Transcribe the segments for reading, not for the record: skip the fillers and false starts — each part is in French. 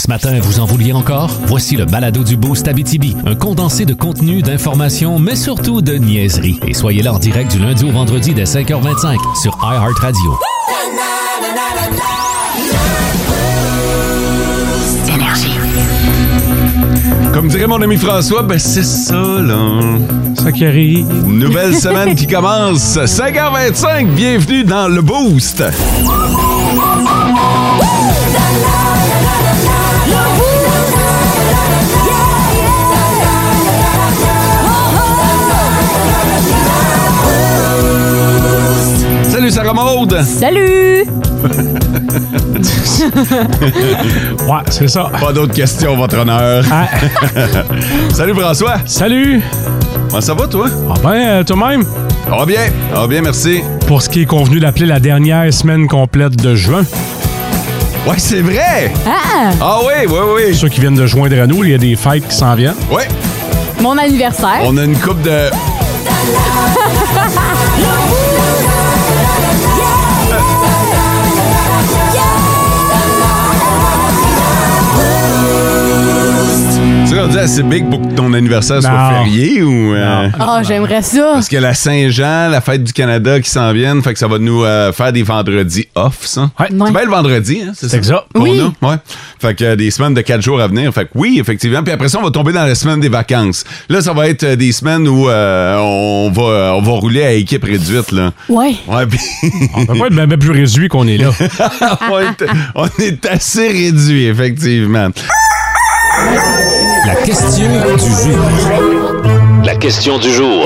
Ce matin, vous en vouliez encore? Voici le balado du Boost Abitibi, un condensé de contenu, d'informations, mais surtout de niaiseries. Et soyez là en direct du lundi au vendredi dès 5h25 sur iHeartRadio. Comme dirait mon ami François, ben c'est ça, là. Ça qui arrive. Nouvelle semaine qui commence. 5h25, bienvenue dans le Boost. Salut Sarah Maude. Salut! Ouais, c'est ça. Pas d'autres questions, votre honneur. Ah. Salut François. Salut! Comment ça va, toi? Ah ben, toi-même? Ça va bien, merci. Pour ce qui est convenu d'appeler la dernière semaine complète de juin. Ouais, c'est vrai! Ah oui. Ceux qui viennent de joindre à nous, il y a des fêtes qui s'en viennent. Ouais. Mon anniversaire. On a une coupe de... C'est rendu assez big pour que ton anniversaire soit férié ou... J'aimerais ça. Parce que la Saint-Jean, la fête du Canada qui s'en viennent, fait que ça va nous faire des vendredis off, ça. Ouais. C'est bien le vendredi, hein? C'est ça. Oui. Ouais. Fait que des semaines de 4 jours à venir. Fait que oui, effectivement. Puis après ça, on va tomber dans la semaine des vacances. Là, ça va être des semaines où on va rouler à équipe réduite, là. Ouais. Ouais, puis... On peut pas être bien plus réduit qu'on est là. on est assez réduit, effectivement. La question du jour. La question du jour.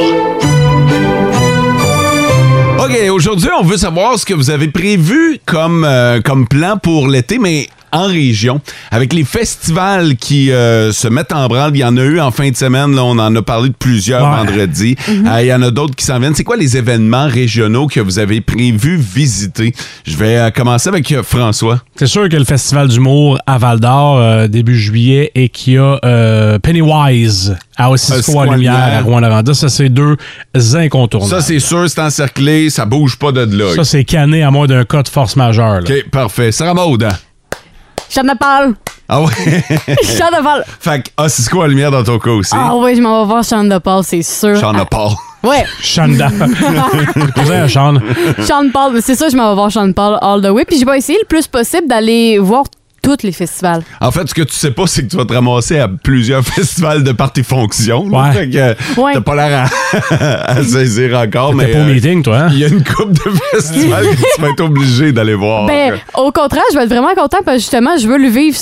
OK, aujourd'hui, on veut savoir ce que vous avez prévu comme plan pour l'été, mais en région, avec les festivals qui se mettent en branle. Il y en a eu en fin de semaine, là, on en a parlé de plusieurs vendredis. Il y en a d'autres qui s'en viennent. C'est quoi les événements régionaux que vous avez prévu visiter? Je vais commencer avec François. C'est sûr que le Festival d'humour à Val-d'Or, début juillet, et qu'il y a Pennywise à Ossisco-à-Lumière, à Rouyn-Noranda. Ça, c'est deux incontournables. Ça, c'est sûr, c'est encerclé, ça bouge pas de là. Ça, c'est canné à moins d'un cas de force majeure. Là. OK, parfait. Sarah Maude. Chanapal. Ah ouais? Chanapal. Fait que Ossisco à lumière dans ton cas aussi. Ah oui, je m'en vais voir Chanapal, c'est sûr. Chanapal. Ouais. Chanda. Posez un Sean. Sean Paul, c'est ça, je m'en vais voir Sean Paul all the way. Puis je vais essayer le plus possible d'aller voir tous les festivals. En fait, ce que tu sais pas, c'est que tu vas te ramasser à plusieurs festivals de par tes fonctions. Ouais. Fait que t'as pas l'air à saisir encore, mais T'es pas au meeting, toi, hein? il y a une couple de festivals que tu vas être obligé d'aller voir. Ben, au contraire, je vais être vraiment content parce que justement, je veux le vivre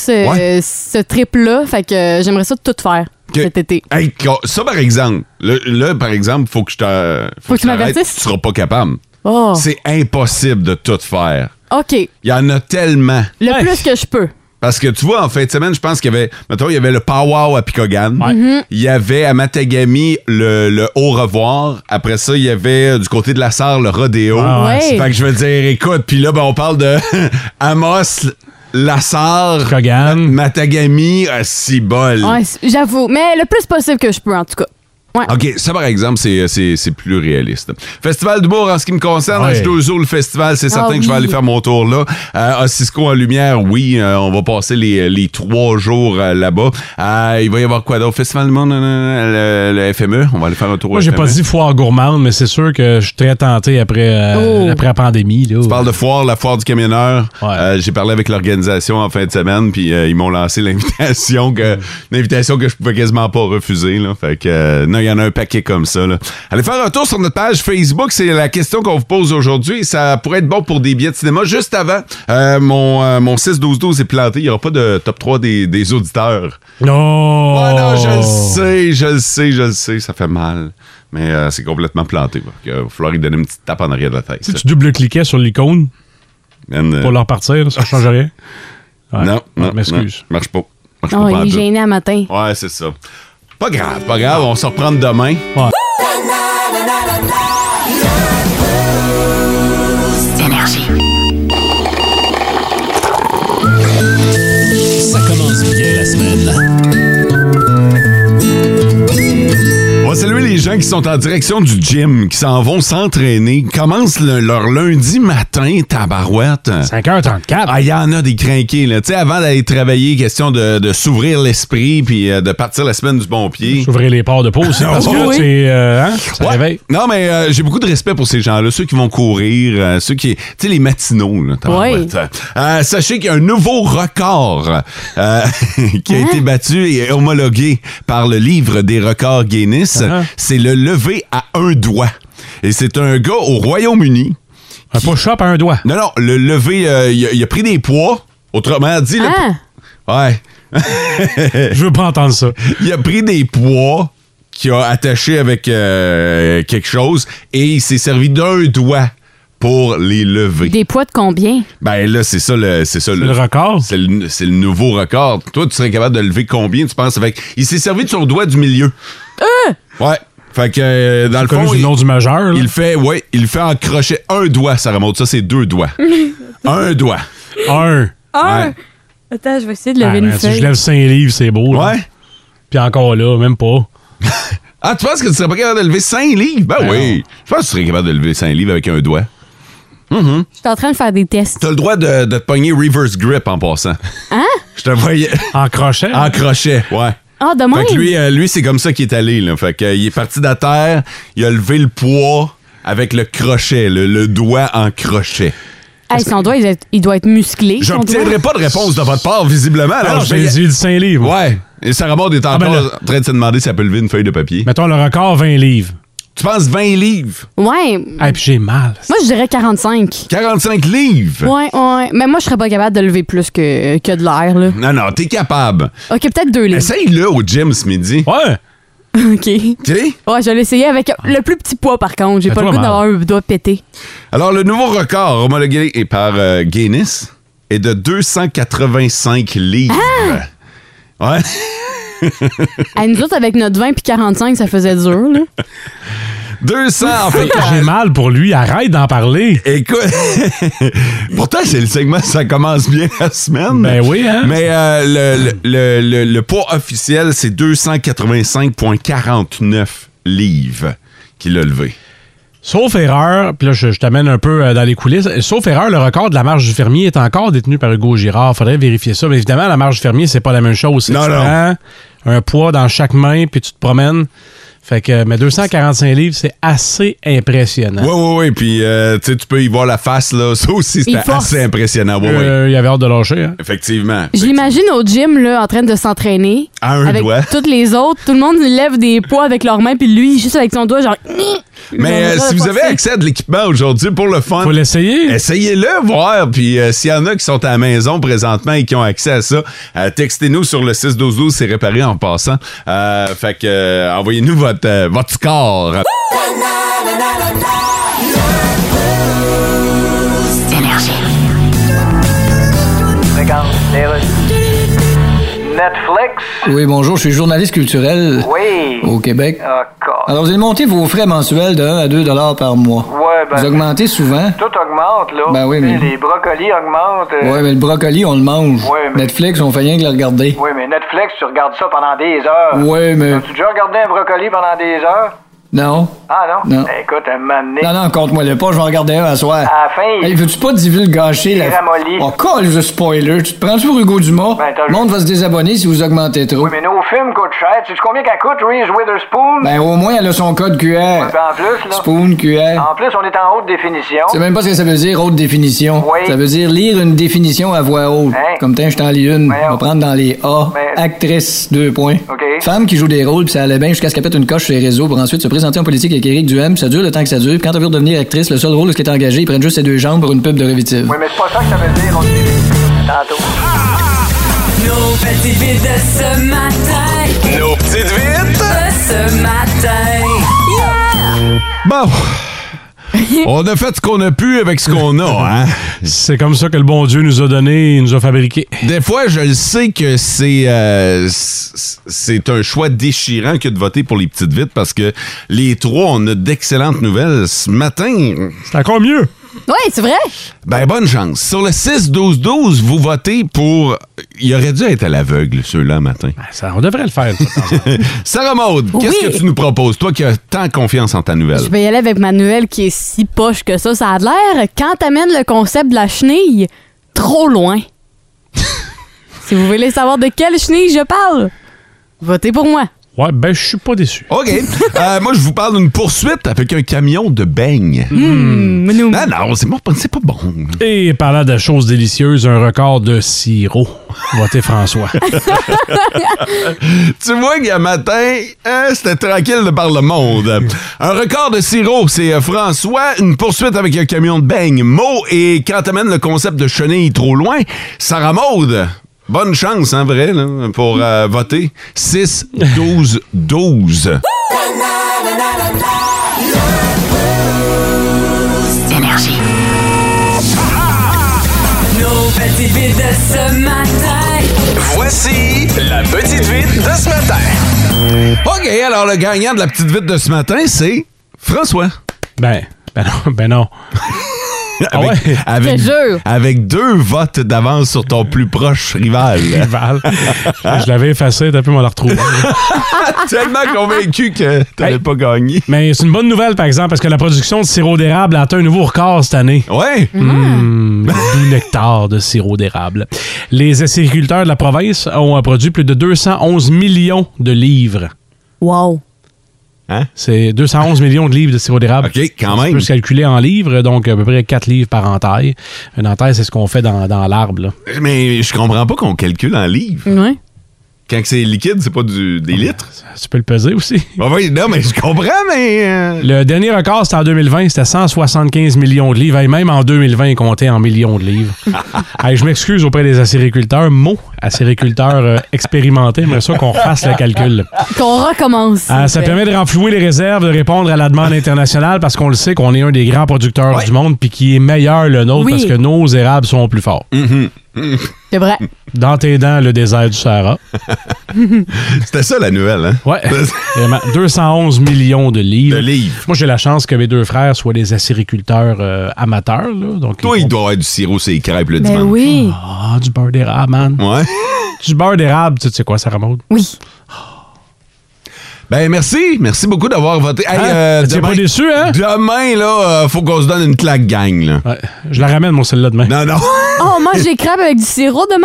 ce trip-là. Fait que j'aimerais ça tout faire cet été. Hey, ça, par exemple, là, par exemple, faut que je Faut que tu m'avertisses. Tu seras pas capable. Oh. C'est impossible de tout faire. OK. Il y en a tellement. Le plus que je peux. Parce que tu vois, en fin de semaine, je pense qu'il y avait, mettons, il y avait le Powwow à Picogan. Il y avait à Matagami le Au revoir. Après ça, il y avait du côté de la Sarre le Rodéo. Ouais. Fait que je veux dire, écoute, puis là, ben, on parle de Amos, la Sarre, Picogan, Matagami, cibole. Ouais, j'avoue. Mais le plus possible que je peux, en tout cas. Ouais. OK, ça, par exemple, c'est plus réaliste. Festival d'humour, en ce qui me concerne, à H2O, le festival, c'est certain que je vais aller faire mon tour là. Ossisco en lumière, oui, on va passer les 3 jours là-bas. Il va y avoir quoi d'autre? Festival du monde, le FME, on va aller faire un tour. Moi, j'ai pas dit foire gourmande, mais c'est sûr que je suis très tenté après la pandémie. Là. Tu parles de foire, la foire du camionneur. Ouais. J'ai parlé avec l'organisation en fin de semaine, puis ils m'ont lancé l'invitation que je pouvais quasiment pas refuser. Là. Fait que, non, il y en a un paquet comme ça. Là. Allez faire un tour sur notre page Facebook. C'est la question qu'on vous pose aujourd'hui. Ça pourrait être bon pour des billets de cinéma. Juste avant, mon 6-12-12 est planté. Il n'y aura pas de top 3 des auditeurs. Non! Oh non, je le sais. Ça fait mal. Mais c'est complètement planté. Il va falloir lui donner une petite tape en arrière de la tête. Si tu double-cliquais sur l'icône pour leur partir, ça ne change rien. Ouais. Non, m'excuse. Marche pas. Oh, il est gêné à matin. Ouais, c'est ça. Pas grave. On se reprend demain. Ouais. Ça commence bien la semaine. On va saluer les gens qui sont en direction du gym, qui s'en vont s'entraîner, commencent leur lundi matin, tabarouette. 5h34. Ah, il y en a des crinqués, là. Tu sais, avant d'aller travailler, question de s'ouvrir l'esprit puis de partir la semaine du bon pied. S'ouvrir les ports de peau aussi, parce que ça réveille. Non, mais j'ai beaucoup de respect pour ces gens-là, ceux qui vont courir, ceux qui... Tu sais, les matinaux, là, tabarouette. Sachez qu'il y a un nouveau record qui a été battu et homologué par le livre des records Guinness. C'est le lever à un doigt. Et c'est un gars au Royaume-Uni. Un push-up à un doigt. Non, le lever, il a pris des poids. Autrement dit... Ouais. Je veux pas entendre ça. Il a pris des poids qu'il a attachés avec quelque chose et il s'est servi d'un doigt pour les lever. Des poids de combien? Ben là, c'est ça le record. C'est le nouveau record. Toi, tu serais capable de lever combien, tu penses? Il s'est servi de son doigt du milieu. Ouais. Fait que dans le fond, du nom du majeur. Là. Il fait en crochet un doigt, ça remonte. Ça, c'est 2 doigts. Un doigt. Un. Ouais. Attends, je vais essayer de lever une feuille. Si je lève 5 livres, c'est beau. Là. Ouais. Puis encore là, même pas. Ah, tu penses que tu serais pas capable de lever 5 livres? Ben oui. Je pense que tu serais capable de lever 5 livres avec un doigt. Je suis en train de faire des tests. T'as le droit de te pogner reverse grip en passant. Hein? Je te voyais. En crochet? En crochet, ouais. Ah, de même? Fait que lui c'est comme ça qu'il est allé, là. Fait que il est parti de la terre, il a levé le poids avec le crochet, le doigt en crochet. Hey, son doigt, il doit être musclé. Je n'obtiendrai pas de réponse de votre part, visiblement. Alors, j'ai dit 5 livres. Ouais. Et Sarah Maud est encore en train de se demander si elle peut lever une feuille de papier. Mettons le record, 20 livres. Tu penses 20 livres? Ouais. Ah, puis j'ai mal. Moi, je dirais 45. 45 livres? Ouais. Mais moi, je serais pas capable de lever plus que de l'air, là. Non, t'es capable. OK, peut-être 2 livres. Essaye-le au gym ce midi. Ouais. OK. OK? Ouais, je vais l'essayer avec le plus petit poids, par contre. J'ai pas le goût d'avoir un doigt pété. Alors, le nouveau record homologué par Guinness est de 285 livres. Ah! Ouais. Nous autres, avec notre 20 puis 45, ça faisait dur, là. 200, en fait. J'ai mal pour lui. Arrête d'en parler. Écoute, pourtant, c'est le segment, ça commence bien la semaine. Ben oui, hein? Mais le poids officiel, c'est 285,49 livres qu'il a levé. Sauf erreur, puis là, je t'amène un peu dans les coulisses. Sauf erreur, le record de la marche du fermier est encore détenu par Hugo Girard. Faudrait vérifier ça. Mais évidemment, la marche du fermier, c'est pas la même chose. Non. Prends un poids dans chaque main, puis tu te promènes. Fait que, mais 245 livres, c'est assez impressionnant. Oui. Puis, tu peux y voir la face, là. Ça aussi, c'était assez impressionnant. Il avait hâte de lâcher, hein? Effectivement. Je l'imagine au gym, là, en train de s'entraîner. À un avec doigt. Toutes les autres. Tout le monde lève des poids avec leurs mains, puis lui, juste avec son doigt, genre... Mais si vous avez accès à de l'équipement aujourd'hui pour le fun, faut l'essayer. Essayez-le, voir. Puis s'il y en a qui sont à la maison présentement et qui ont accès à ça, textez-nous sur le 61212, c'est réparé en passant. Fait que envoyez-nous votre score. Regarde, Netflix. Oui, bonjour, je suis journaliste culturel au Québec. Alors, vous avez monté vos frais mensuels de 1 à 2 $ par mois. Ouais, vous augmentez souvent. Tout augmente, là. Ben oui, mais... Les brocolis augmentent. Ouais, mais le brocoli, on le mange. Ouais, mais... Netflix, on fait rien que le regarder. Oui, mais Netflix, tu regardes ça pendant des heures. Ouais, mais... As-tu déjà regardé un brocoli pendant des heures? Non. Ah non? Non. Écoute, un moment donné... Non, compte-moi-le pas, je vais en regarder un à soir. À la fin, Hey, veux-tu pas divulgacher la... ramolli. Oh, call the spoiler. Tu te prends-tu pour Hugo Dumas? Ben, le monde va se désabonner si vous augmentez trop. Oui, mais nos films coûtent cher. Tu sais combien qu'elle coûte, Reese Witherspoon? Ben, au moins, elle a son code QR. Ouais, ben, en plus, là... Spoon, QR. En plus, on est en haute définition. Tu sais même pas ce que ça veut dire, haute définition. Oui. Ça veut dire lire une définition à voix haute. Hein? Comme je t'en lis une. On va prendre dans les A. Ben... Actrice, 2 points. OK. Femme qui joue des rôles, puis ça allait bien jusqu'à ce qu'elle pète une coche sur les réseaux pour ensuite se présenter en politique avec Éric Duhem. Ça dure le temps que ça dure. Puis quand elle veut devenir actrice, le seul rôle où elle est engagée, ils prennent juste ses 2 jambes pour une pub de Revitiv. Oui, mais c'est pas ça que ça veut dire, on dit tantôt. Nos petites vites de ce matin. Nos petites vites de ce matin. Yeah! Bon. On a fait ce qu'on a pu avec ce qu'on a, hein? C'est comme ça que le bon Dieu nous a donné et nous a fabriqué. Des fois, je le sais que c'est un choix déchirant que de voter pour les petites vites parce que les trois, on a d'excellentes nouvelles. Ce matin... C'est encore mieux. Oui, c'est vrai. Ben, bonne chance. Sur le 6-12-12, vous votez pour... Il aurait dû être à l'aveugle, ceux-là, matin. Ça, on devrait le faire. Sarah Maud, qu'est-ce que tu nous proposes? Toi qui as tant confiance en ta nouvelle. Je vais y aller avec ma nouvelle qui est si poche que ça. Ça a l'air, quand t'amènes le concept de la chenille trop loin. Si vous voulez savoir de quelle chenille je parle, votez pour moi. Ouais, ben, je suis pas déçu. OK. Moi, je vous parle d'une poursuite avec un camion de beignes. Non, c'est pas bon. Et parlant de choses délicieuses, un record de sirop. Votez François. Tu vois qu'il y a matin, c'était tranquille de par le monde. Un record de sirop, c'est François. Une poursuite avec un camion de beignes. Mo, et quand t'amènes le concept de chenille trop loin, Sarah Maud. Bonne chance, en vrai, là, pour voter. 6-12-12. Énergie. Nos petites vites de ce matin. Voici la petite vite de ce matin. OK, alors le gagnant de la petite vite de ce matin, c'est François. Ben non. Avec 2 votes d'avance sur ton plus proche rival. Je l'avais effacé, t'as pu me le retrouver. Tellement convaincu que t'avais pas gagné. Mais c'est une bonne nouvelle, par exemple, parce que la production de sirop d'érable a atteint un nouveau record cette année. Ouais. Le doux nectar de sirop d'érable. Les acériculteurs de la province ont produit plus de 211 millions de livres. Wow. Hein? C'est 211 millions de livres de sirop d'érable. OK, quand même. Ça peut se calculer en livres, donc à peu près 4 livres par entaille. Une entaille, c'est ce qu'on fait dans l'arbre. Là. Mais je comprends pas qu'on calcule en livres. Ouais. Quand c'est liquide, c'est pas des litres. Tu peux le peser aussi. Oui, non, mais je comprends, mais... Le dernier record, c'était en 2020, c'était 175 millions de livres. Et même en 2020, il comptait en millions de livres. Je m'excuse auprès des acériculteurs. Acériculteurs expérimentés, j'aimerais ça qu'on refasse le calcul. Qu'on recommence. Ça permet de renflouer les réserves, de répondre à la demande internationale, parce qu'on le sait qu'on est un des grands producteurs du monde, puis qui est meilleur le nôtre, parce que nos érables sont plus forts. C'est vrai. Dans tes dents, le désert du Sahara. C'était ça la nouvelle, hein? Ouais. 211 millions de livres. De Moi, j'ai la chance que mes 2 frères soient des acériculteurs amateurs. Là, donc toi, il doit y avoir du sirop, c'est crêpes le Ben dimanche. oui. Ah, du beurre d'érable, man. Ouais. Du beurre d'érable, tu sais quoi, Sarah Maud? Oui. Ben merci beaucoup d'avoir voté. Hey, t'es pas déçu, hein? Demain, là, faut qu'on se donne une claque gang, là. Ouais, je la ramène, mon celle-là, demain. Non. Oh, moi, j'ai crêpes avec du sirop demain.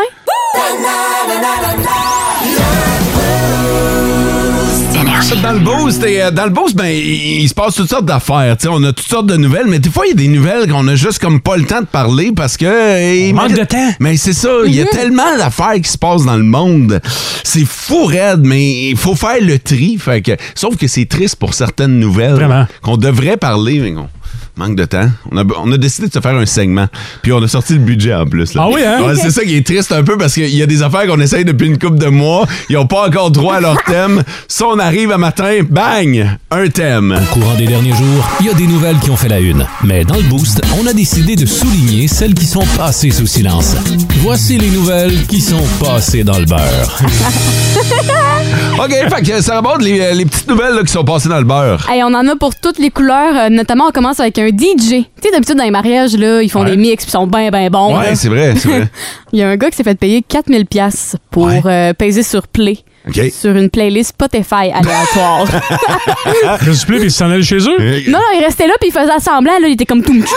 Dans le boost, ben, il se passe toutes sortes d'affaires. T'sais, on a toutes sortes de nouvelles, mais des fois, il y a des nouvelles qu'on a juste comme pas le temps de parler parce que... Manque de temps. Mais c'est ça, il y a tellement d'affaires qui se passent dans le monde. C'est fou raide, mais il faut faire le tri. Fait que, sauf que c'est triste pour certaines nouvelles. Vraiment. Qu'on devrait parler, mais qu'on manque de temps. On a décidé de se faire un segment. Puis on a sorti le budget en plus. Là. Ah oui, hein? Ouais, c'est ça qui est triste un peu parce qu'il y a des affaires qu'on essaye depuis une couple de mois. Ils n'ont pas encore droit à leur thème. Ça, on arrive à matin, bang! Un thème. Au courant des derniers jours, il y a des nouvelles qui ont fait la une. Mais dans le Boost, on a décidé de souligner celles qui sont passées sous silence. Voici les nouvelles qui sont passées dans le beurre. OK, fait que ça remonte les petites nouvelles là, qui sont passées dans le beurre. Hey, on en a pour toutes les couleurs. Notamment, on commence avec un DJ. Tu sais, d'habitude, dans les mariages, là, ils font des mix puis ils sont bien bons. Ouais, là. c'est vrai. Il y a un gars qui s'est fait payer 4000$ pour peser sur play. Okay. Sur une playlist Spotify aléatoire. Je suis plus, puis ils s'en allaient chez eux? Non, il restait là, puis il faisait semblant. Là, il était comme toum.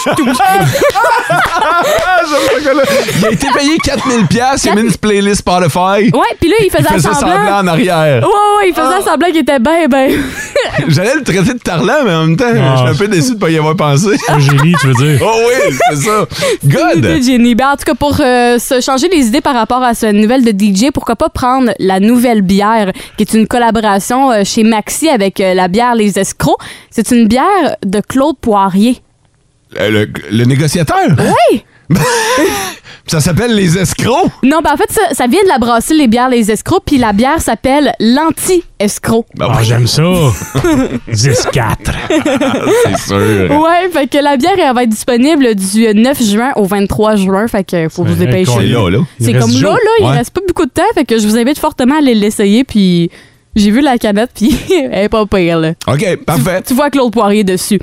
Il a été payé 4000$, il a mis une playlist Spotify. Ouais, puis là, il faisait semblant en arrière. Ouais, il faisait semblant qu'il était bien. J'allais le traiter de tarlant, mais en même temps, je suis un peu déçu de ne pas y avoir pensé. Un génie, tu veux dire? Oh oui, c'est ça. Good! Génie. Ben, en tout cas, pour se changer les idées par rapport à cette nouvelle de DJ, pourquoi pas prendre la nouvelle bière, qui est une collaboration chez Maxi avec la bière Les Escrocs. C'est une bière de Claude Poirier. Le négociateur? Oui! Ça s'appelle Les Escrocs? Non, ben en fait, ça vient de la brasserie Les Bières Les Escrocs, puis la bière s'appelle l'Anti-Escroc. J'aime ça. 10-4. C'est sûr. Ouais, fait que la bière, elle va être disponible du 9 juin au 23 juin, fait que faut vous dépêcher. C'est là. C'est comme là, il reste pas beaucoup de temps, fait que je vous invite fortement à aller l'essayer, puis j'ai vu la canette, puis elle est pas pire, là. OK, parfait. Tu vois Claude Poirier dessus.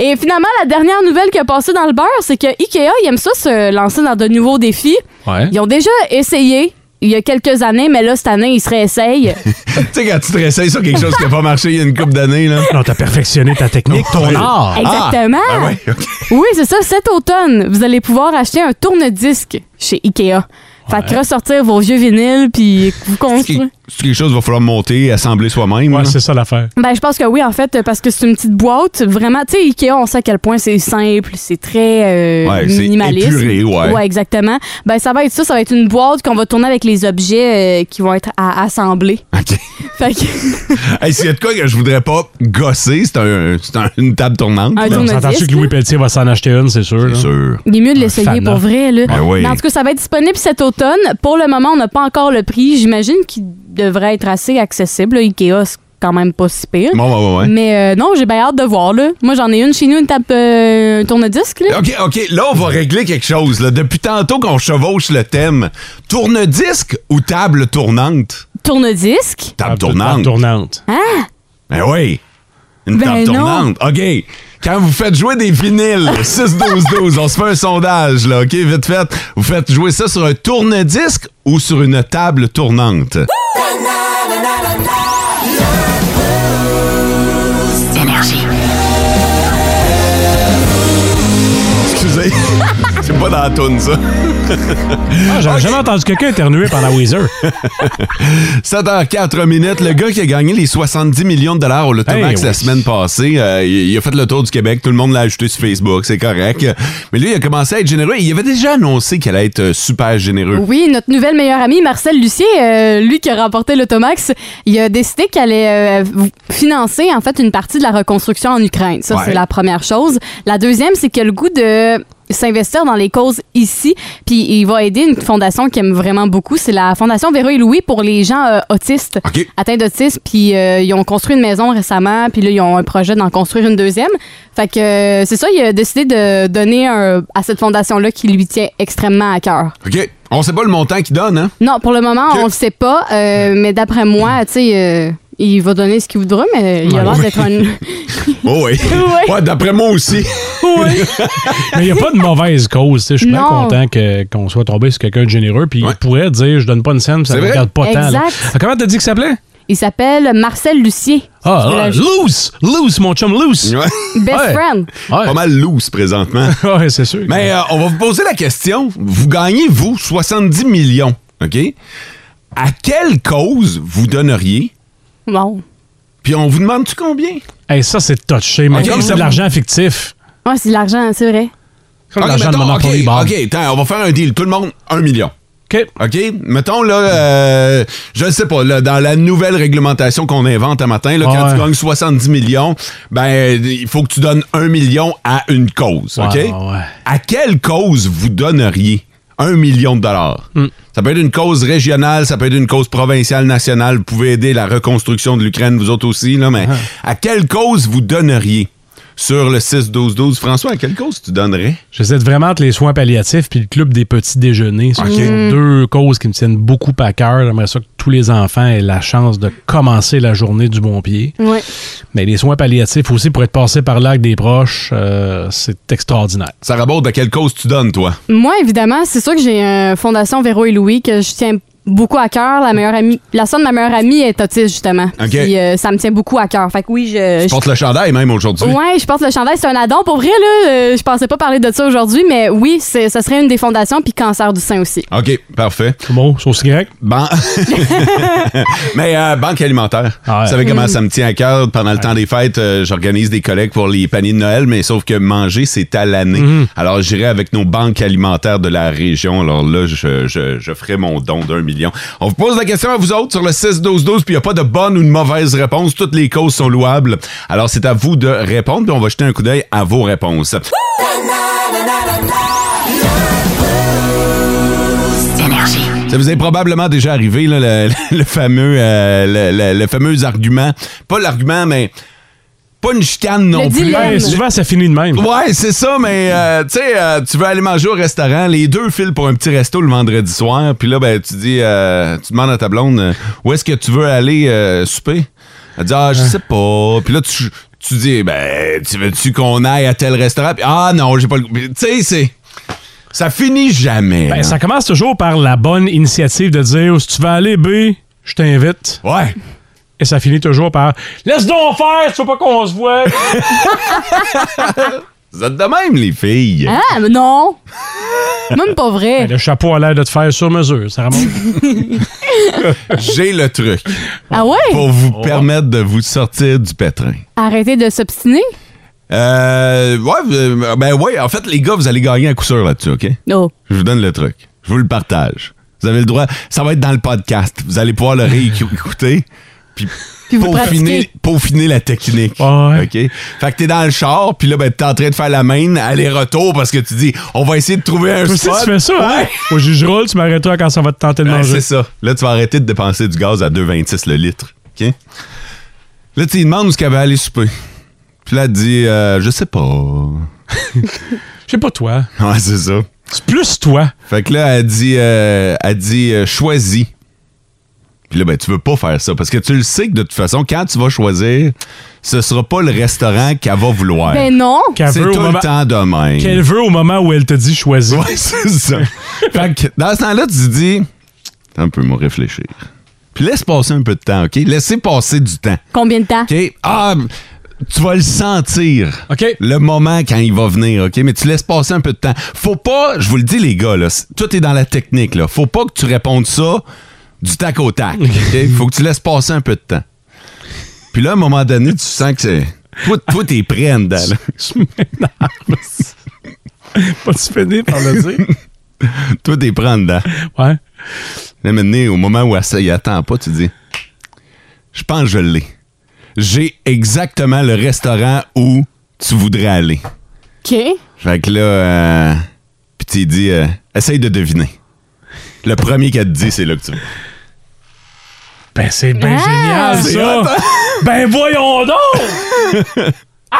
Et finalement, la dernière nouvelle qui a passé dans le beurre, c'est que Ikea, ils aiment ça se lancer dans de nouveaux défis. Ouais. Ils ont déjà essayé il y a quelques années, mais là, cette année, ils se réessayent. Tu sais, quand tu te réessayes sur quelque chose qui n'a pas marché il y a une couple d'années, là. Non, t'as perfectionné ta technique, ton art. Exactement. Ah, ouais, OK. Oui, c'est ça. Cet automne, vous allez pouvoir acheter un tourne-disque chez Ikea. Fait que ressortir vos vieux vinyles, puis vous construire. C'est quelque chose qu'il va falloir monter, assembler soi-même. Ouais, là. c'est ça l'affaire. Ben, je pense que oui, en fait, parce que c'est une petite boîte. Vraiment, tu sais, Ikea, on sait à quel point c'est simple, c'est très Ouais, c'est minimaliste. épuré, ouais. Ouais, exactement. Ben, ça va être ça. Ça va être une boîte qu'on va tourner avec les objets qui vont être à assembler. OK. Fait que... Hey, s'il y a de quoi que je voudrais pas gosser, c'est une table tournante. Un là. tourne-disque. S'entends-tu que Louis Pelletier va s'en acheter une, c'est sûr. C'est là? sûr. Il est mieux de l'essayer fan, pour là. vrai, là. Ben oui. Mais en tout cas, ça va être disponible cet automne. Pour le moment, on n'a pas encore le prix. J'imagine qu'il devrait être assez accessible. Là. Ikea, c'est quand même pas si pire. Bon, ouais. Mais non, j'ai bien hâte de voir. Là. Moi, j'en ai une chez nous, une table un tourne-disque. Là. OK. Là, on va régler quelque chose. Là. Depuis tantôt qu'on chevauche le thème, tourne-disque ou table tournante? Tourne-disque? Table Table tournante. tournante. Ah! Ben oui. Une Ben table non. tournante. OK. Quand vous faites jouer des vinyles, 6-12-12, on se fait un sondage, là, OK? Vite fait. Vous faites jouer ça sur un tourne-disque ou sur une table tournante? Excusez. C'est pas dans la toune, ça. J'avais jamais entendu quelqu'un éternuer pendant Weezer. 7h04 minutes. Le gars qui a gagné les 70 millions de dollars au Lotomax Hey, la oui. semaine passée, il a fait le tour du Québec. Tout le monde l'a ajouté sur Facebook. C'est correct. Mais lui, il a commencé à être généreux. Il avait déjà annoncé qu'elle allait être super généreux. Oui, notre nouvelle meilleure amie, Marcel Lucier, lui qui a remporté l'Automax, il a décidé qu'elle allait financer en fait une partie de la reconstruction en Ukraine. Ça, Ouais. c'est la première chose. La deuxième, c'est qu'il a le goût de s'investir dans les causes ici, puis il va aider une fondation qu'il aime vraiment beaucoup, c'est la Fondation Véro et Louis pour les gens autistes, OK. atteints d'autisme, puis ils ont construit une maison récemment, puis là, ils ont un projet d'en construire une deuxième. Fait que c'est ça, il a décidé de donner à cette fondation-là qui lui tient extrêmement à cœur. OK. On sait pas le montant qu'il donne, hein? Non, pour le moment, OK. on le sait pas, mais d'après moi, tu sais, il va donner ce qu'il voudra, mais il a l'air d'être un... Oh oui. Oui. Ouais, d'après moi aussi. Oui. Mais il n'y a pas de mauvaise cause. tu sais. Je suis bien Non. content qu'on soit tombé sur quelqu'un de généreux. Puis Ouais. il pourrait dire je donne pas une scène, ça C'est ne vrai? regarde pas tant. là. Exact. Comment t'as dit qu'il s'appelait? Il s'appelle Marcel Lucier. Loose! Loose, mon chum Loose! Ouais. Best Ouais. friend. Ouais, Pas mal loose présentement. ouais c'est sûr. Mais on va vous poser la question. Vous gagnez, vous, 70 millions, OK? À quelle cause vous donneriez? Bon. Puis on vous demande-tu combien? Hey, ça, c'est touché. Mais Ok, comme ça- c'est de l'argent fictif. Ouais, c'est de l'argent, c'est vrai. Comme de OK, l'argent de mettons, Monopoly Bob. OK, attends, on va faire un deal. Tout le monde, 1 million. OK. OK? Mettons, là, je ne sais pas, là, dans la nouvelle réglementation qu'on invente un matin, là, quand Ouais. tu gagnes 70 millions, ben, il faut que tu donnes 1 million à une cause, OK? Ouais, ouais. À quelle cause vous donneriez 1 million de dollars? Ça peut être une cause régionale, ça peut être une cause provinciale, nationale. Vous pouvez aider la reconstruction de l'Ukraine, vous autres aussi, là, mais à quelle cause vous donneriez? Sur le 6-12-12. François, à quelle cause tu donnerais? J'essaie de vraiment entre les soins palliatifs puis le club des petits déjeuners. Ce OK. sont deux causes qui me tiennent beaucoup à cœur. J'aimerais ça que tous les enfants aient la chance de commencer la journée du bon pied. Oui. Mais les soins palliatifs aussi, pour être passé par là avec des proches, c'est extraordinaire. Sarah Baud, à quelle cause tu donnes, toi? Moi, évidemment, c'est sûr que j'ai une Fondation Véro et Louis que je tiens beaucoup à cœur. La sœur de ma meilleure amie est autiste, justement. OK. Puis, ça me tient beaucoup à cœur. Fait que oui, Tu portes le chandail même aujourd'hui. Ouais, je porte le chandail. C'est un addon. Pour vrai, là, je pensais pas parler de ça aujourd'hui, mais oui, ça serait une des fondations, puis cancer du sein aussi. OK, parfait. C'est bon, sauce grecque? Mais banque alimentaire. Ah ouais. Vous savez comment ça me tient à cœur? Pendant le temps des fêtes, j'organise des collectes pour les paniers de Noël, mais sauf que manger, c'est à l'année. Alors, j'irai avec nos banques alimentaires de la région. Alors là, je ferai mon don d'1 million. On vous pose la question à vous autres sur le 6-12-12, puis il n'y a pas de bonne ou de mauvaise réponse. Toutes les causes sont louables. Alors, c'est à vous de répondre, puis on va jeter un coup d'œil à vos réponses. Ça vous est probablement déjà arrivé, là, le fameux argument. Pas l'argument, mais pas une chicane non plus. dilemme. Ouais, souvent, ça finit de même. Ouais, c'est ça, mais tu sais, tu veux aller manger au restaurant, les deux filent pour un petit resto le vendredi soir, puis là, ben, tu dis, tu demandes à ta blonde, où est-ce que tu veux aller souper? Elle dit, je sais pas. Puis là, tu dis, ben, tu veux-tu qu'on aille à tel restaurant? Puis, ah non, j'ai pas le goût. Tu sais, ça finit jamais. Ben, hein. ça commence toujours par la bonne initiative de dire, si tu veux aller, B, je t'invite. Ouais. Et ça finit toujours par, laisse donc faire, tu veux pas qu'on se voit. Vous êtes de même, les filles. Ah, mais non! Même pas vrai. Ben, le chapeau a l'air de te faire sur mesure, ça remonte. J'ai le truc Ah ouais? pour vous permettre de vous sortir du pétrin. Arrêtez de s'obstiner? Ouais, en fait, les gars, vous allez gagner à coup sûr là-dessus, OK? Oh. Je vous donne le truc. Je vous le partage. Vous avez le droit. Ça va être dans le podcast. Vous allez pouvoir le réécouter. Puis vous pratiquez. peaufiner la technique. Ouais. OK? Fait que t'es dans le char, puis là, ben, t'es en train de faire la main aller-retour parce que tu dis, on va essayer de trouver un Toi aussi, spot. tu fais ça, hein? Moi, je roule, tu m'arrêteras quand ça va te tenter de Ouais, manger. c'est ça. Là, tu vas arrêter de dépenser du gaz à 2,26 le litre. OK? Là, tu lui demandes où est-ce qu'elle va aller souper. Puis là, elle te dit, je sais pas. Je sais pas toi. Ouais, c'est ça. C'est plus toi. Fait que là, elle dit choisis. Puis là, ben, tu veux pas faire ça parce que tu le sais que de toute façon, quand tu vas choisir, ce sera pas le restaurant qu'elle va vouloir. Ben non! Qu'elle C'est veut au tout le moment- temps de même. Qu'elle veut au moment où elle te dit choisis. Ouais, c'est ça. Fait que dans ce temps-là, tu te dis, un peu, moi, réfléchir. Puis laisse passer un peu de temps, OK? Laissez passer du temps. Combien de temps? OK? Ah, tu vas le sentir. OK. Le moment quand il va venir, OK? Mais tu laisses passer un peu de temps. Faut pas, je vous le dis, les gars, là, tout est dans la technique, là. Faut pas que tu répondes ça du tac au tac. OK? Faut que tu laisses passer un peu de temps. Puis là, à un moment donné, tu sens que c'est. Toi, t'es prêt en dedans, là. Je m'énerve. Pas-tu finir par le dire? Toi, t'es prêt en dedans. Ouais. Là, maintenant, au moment où elle attend pas, tu dis, je pense que je l'ai. J'ai exactement le restaurant où tu voudrais aller. OK. Fait que là, puis tu dis, essaye de deviner. Le premier qu'elle te dit, c'est là que tu vas. Ben, c'est bien Ah! génial, C'est ça. hot, hein? Ben, voyons donc!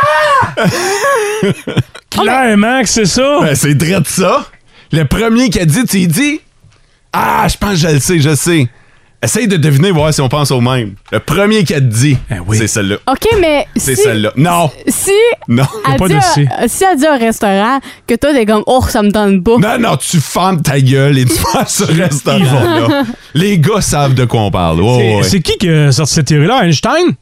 Clairement que c'est ça. Ben, c'est drôle ça. Le premier qu'elle dit, tu lui dis, ah, je pense que je le sais. Essaye de deviner, voir si on pense au même. Le premier qu'elle te dit, oui. c'est celle-là. OK, mais C'est si... celle-là. Non. Si... Non. Elle pas dit de si. si elle dit un restaurant que toi, t'es comme, oh, ça me donne pas. Non, non, tu fermes ta gueule et tu vas à ce restaurant-là. Les gars savent de quoi on parle. Ouais, C'est ouais. c'est qui a sorti cette théorie-là? Einstein?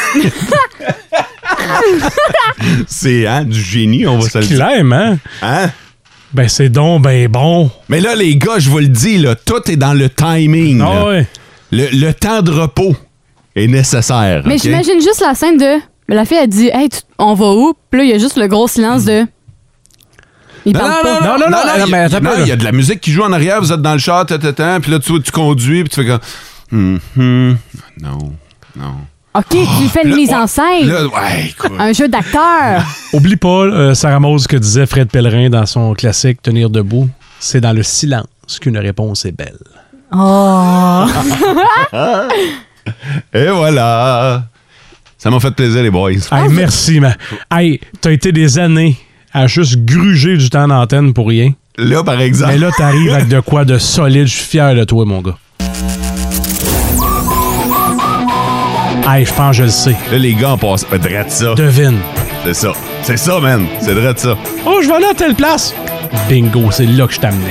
C'est du génie, on va se le dire. Clairement. Hein? Ben, c'est donc ben bon. Mais là, les gars, je vous le dis, là, tout est dans le timing. Ah là. ouais. Le temps de repos est nécessaire. Mais OK? j'imagine juste la scène de... La fille, elle dit, hey, on va où? Puis là, il y a juste le gros silence de... Il Non, parle pas. Non, mais attends un peu, il y a de la musique qui joue en arrière, vous êtes dans le char, puis là, tu conduis, puis tu fais comme... Non. OK, tu fais une mise en scène. Là, ouais, écoute. Un jeu d'acteur. Oublie pas, Sarah Maud, ce que disait Fred Pellerin dans son classique Tenir debout. C'est dans le silence qu'une réponse est belle. Oh. Et voilà. Ça m'a fait plaisir, les boys. Hey, merci, man. Hey, t'as été des années à juste gruger du temps d'antenne pour rien. Là, par exemple. Mais là, t'arrives avec de quoi de solide. Je suis fier de toi, mon gars. Hey, je pense que je le sais. Là, les gars en passent. Drette ça. Devine. C'est ça. C'est ça, man. C'est drette ça. Oh, je vais aller à telle place. Bingo, c'est là que je t'amenais.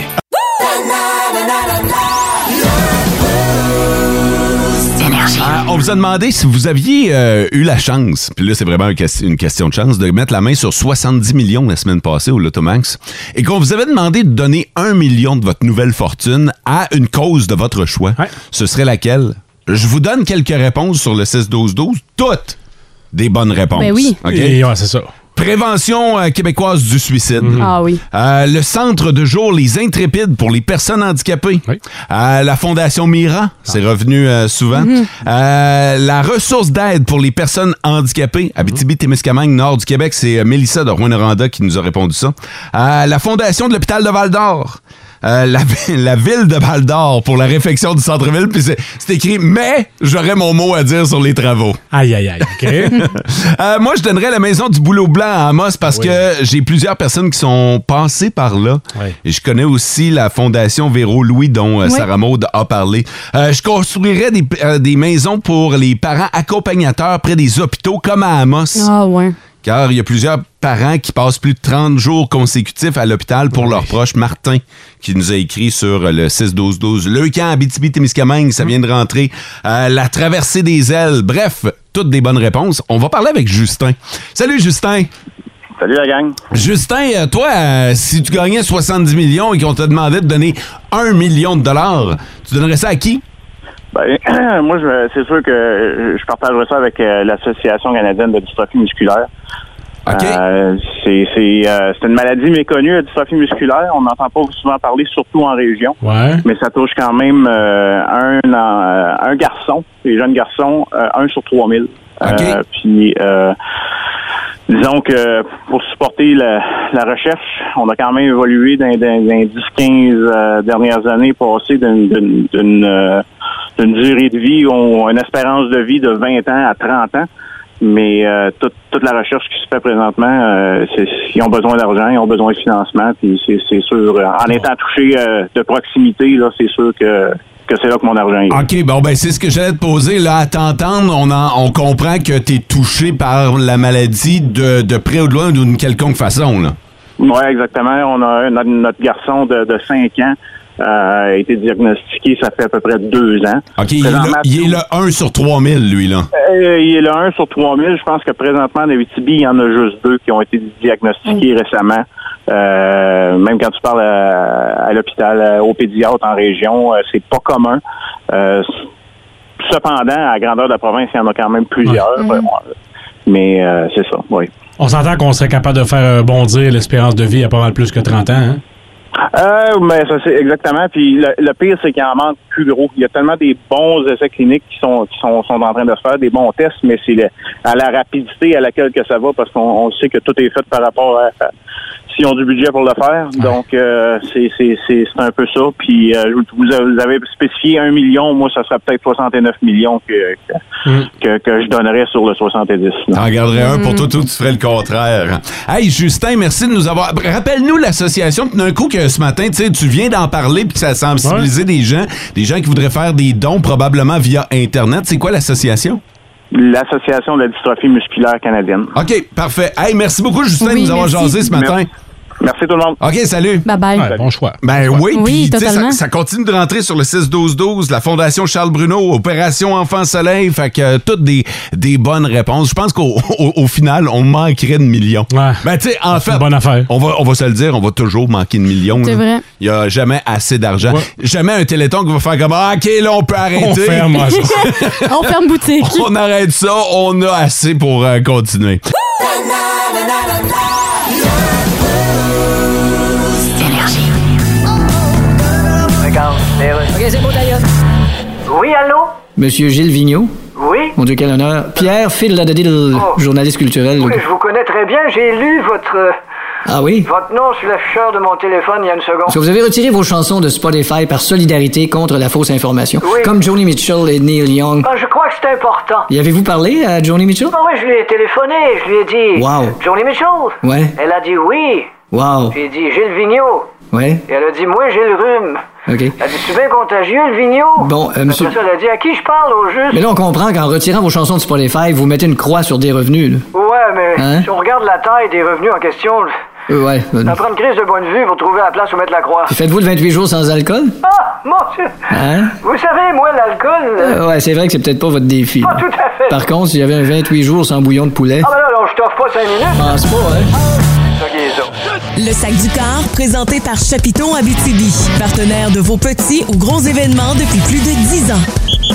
On vous a demandé si vous aviez eu la chance, puis là c'est vraiment une question de chance, de mettre la main sur 70 millions la semaine passée au Lotomax, et qu'on vous avait demandé de donner 1 million de votre nouvelle fortune à une cause de votre choix. Ouais. Ce serait laquelle? Je vous donne quelques réponses sur le 6-12-12, toutes des bonnes réponses. Ben oui. OK? Et ouais, c'est ça. Prévention québécoise du suicide. Ah oui. Le centre de jour Les Intrépides pour les personnes handicapées. Oui. La Fondation Mira, c'est revenu souvent. La ressource d'aide pour les personnes handicapées. Abitibi-Témiscamingue, nord du Québec, c'est Mélissa de Rouyn-Noranda qui nous a répondu ça. La Fondation de l'hôpital de Val-d'Or. la ville de Val-d'Or pour la réfection du centre-ville, puis c'est écrit « Mais j'aurais mon mot à dire sur les travaux ». Aïe, aïe, aïe, OK. Moi, je donnerais la maison du Boulot Blanc à Amos parce que j'ai plusieurs personnes qui sont passées par là. Oui. Et je connais aussi la fondation Véro-Louis dont Sarah Maud a parlé. Je construirais des maisons pour les parents accompagnateurs près des hôpitaux comme à Amos. Ah ouais. Car il y a plusieurs parents qui passent plus de 30 jours consécutifs à l'hôpital pour leurs proches. Martin, qui nous a écrit sur le 6-12-12. Le camp Abitibi-Témiscamingue, ça vient de rentrer. La traversée des ailes. Bref, toutes des bonnes réponses. On va parler avec Justin. Salut, Justin. Salut, la gang. Justin, toi, si tu gagnais 70 millions et qu'on te demandait de donner 1 million de dollars, tu donnerais ça à qui? Ben, moi, c'est sûr que je partagerais ça avec l'Association canadienne de dystrophie musculaire. OK. C'est une maladie méconnue, la dystrophie musculaire. On n'entend pas souvent parler, surtout en région. Ouais. Mais ça touche quand même un garçon, les jeunes garçons, 1 sur 3000. OK. Puis, disons que pour supporter la recherche, on a quand même évolué dans les 10-15 dernières années, passé d'une durée de vie, ou une espérance de vie de 20 ans à 30 ans. Mais toute la recherche qui se fait présentement, ils ont besoin d'argent, ils ont besoin de financement, puis c'est sûr, en étant touché de proximité, là, c'est sûr que c'est là que mon argent est. OK, bon, ben c'est ce que j'allais te poser. Là, à t'entendre, on comprend que tu es touché par la maladie de près ou de loin d'une quelconque façon, là. Oui, exactement. On a notre garçon de 5 ans a été diagnostiqué, ça fait à peu près 2 ans. OK, il est le 1 sur 3000, lui, là. Il est le 1 sur 3000. Je pense que présentement, en Abitibi, il y en a juste 2 qui ont été diagnostiqués récemment. Même quand tu parles à l'hôpital, au pédiatre en région, c'est pas commun. Cependant, à la grandeur de la province, il y en a quand même plusieurs. Mais c'est ça, oui. On s'entend qu'on serait capable de faire bondir l'espérance de vie à pas mal plus que 30 ans, hein? Mais ça c'est exactement. Puis le pire, c'est qu'il en manque plus gros. Il y a tellement des bons essais cliniques qui sont en train de se faire, des bons tests, mais c'est à la rapidité à laquelle que ça va, parce qu'on sait que tout est fait par rapport à s'ils ont du budget pour le faire. Donc c'est un peu ça. Puis vous avez spécifié 1 million. Moi, ça serait peut-être 69 millions que je donnerais sur le 70. T'en garderais un pour toi, tu ferais le contraire. Hey, Justin, merci de nous avoir... Rappelle-nous l'association, d'un coup que ce matin, tu viens d'en parler puis que ça a sensibilisé des gens qui voudraient faire des dons probablement via Internet. C'est quoi l'association? L'Association de la dystrophie musculaire canadienne. OK, parfait. Hey, merci beaucoup, Justin, de nous avoir jasé ce matin. Merci tout le monde. OK, salut. Bye-bye. Ouais, bon choix. Ben oui, totalement. Ça continue de rentrer sur le 6-12-12, la Fondation Charles Bruno, Opération Enfant Soleil, fait que toutes des bonnes réponses. Je pense qu'au final, on manquerait de millions. Ouais. Ben tu sais, en fait, une bonne affaire. on va se le dire, on va toujours manquer de millions. C'est vrai. Il y a jamais assez d'argent. Ouais. Jamais un téléthon qui va faire comme OK, là, on peut arrêter. On ferme, on ferme boutique. On arrête ça, on a assez pour continuer. OK, c'est beau d'ailleurs. Oui, allô? Monsieur Gilles Vigneault? Oui? Mon Dieu, quel honneur. Pierre Fildadadil, journaliste culturel. Oui, je vous connais très bien. J'ai lu votre nom sur l'afficheur de mon téléphone il y a une seconde. Parce que vous avez retiré vos chansons de Spotify par solidarité contre la fausse information. Oui. Comme Joni Mitchell et Neil Young. Je crois que c'est important. Y avez-vous parlé à Joni Mitchell? Oui, je lui ai téléphoné. Je lui ai dit... Wow. Joni Mitchell? Ouais. Elle a dit oui. Wow. J'ai dit Gilles Vigneault. Ouais. Et elle a dit, moi, j'ai le rhume. OK. Elle a dit, c'est bien contagieux, le Vigneault. Bon, monsieur... Après ça, elle a dit, à qui je parle, au juste? Mais là, on comprend qu'en retirant vos chansons de Spotify, vous mettez une croix sur des revenus, là. Ouais, mais si on regarde la taille des revenus en question... Ouais. Ça prend une crise de bonne vue pour trouver la place où mettre la croix. Puis faites-vous le 28 jours sans alcool? Ah, mon Dieu! Hein? Vous savez, moi, l'alcool... ouais, c'est vrai que c'est peut-être pas votre défi. Pas tout à fait. Par contre, s'il y avait un 28 jours sans bouillon de poulet... Ah ben là, je t'offre pas 5 minutes. Je pense pas, hein? Le sac du corps, présenté par Chapiton Abitibi, partenaire de vos petits ou gros événements depuis plus de 10 ans.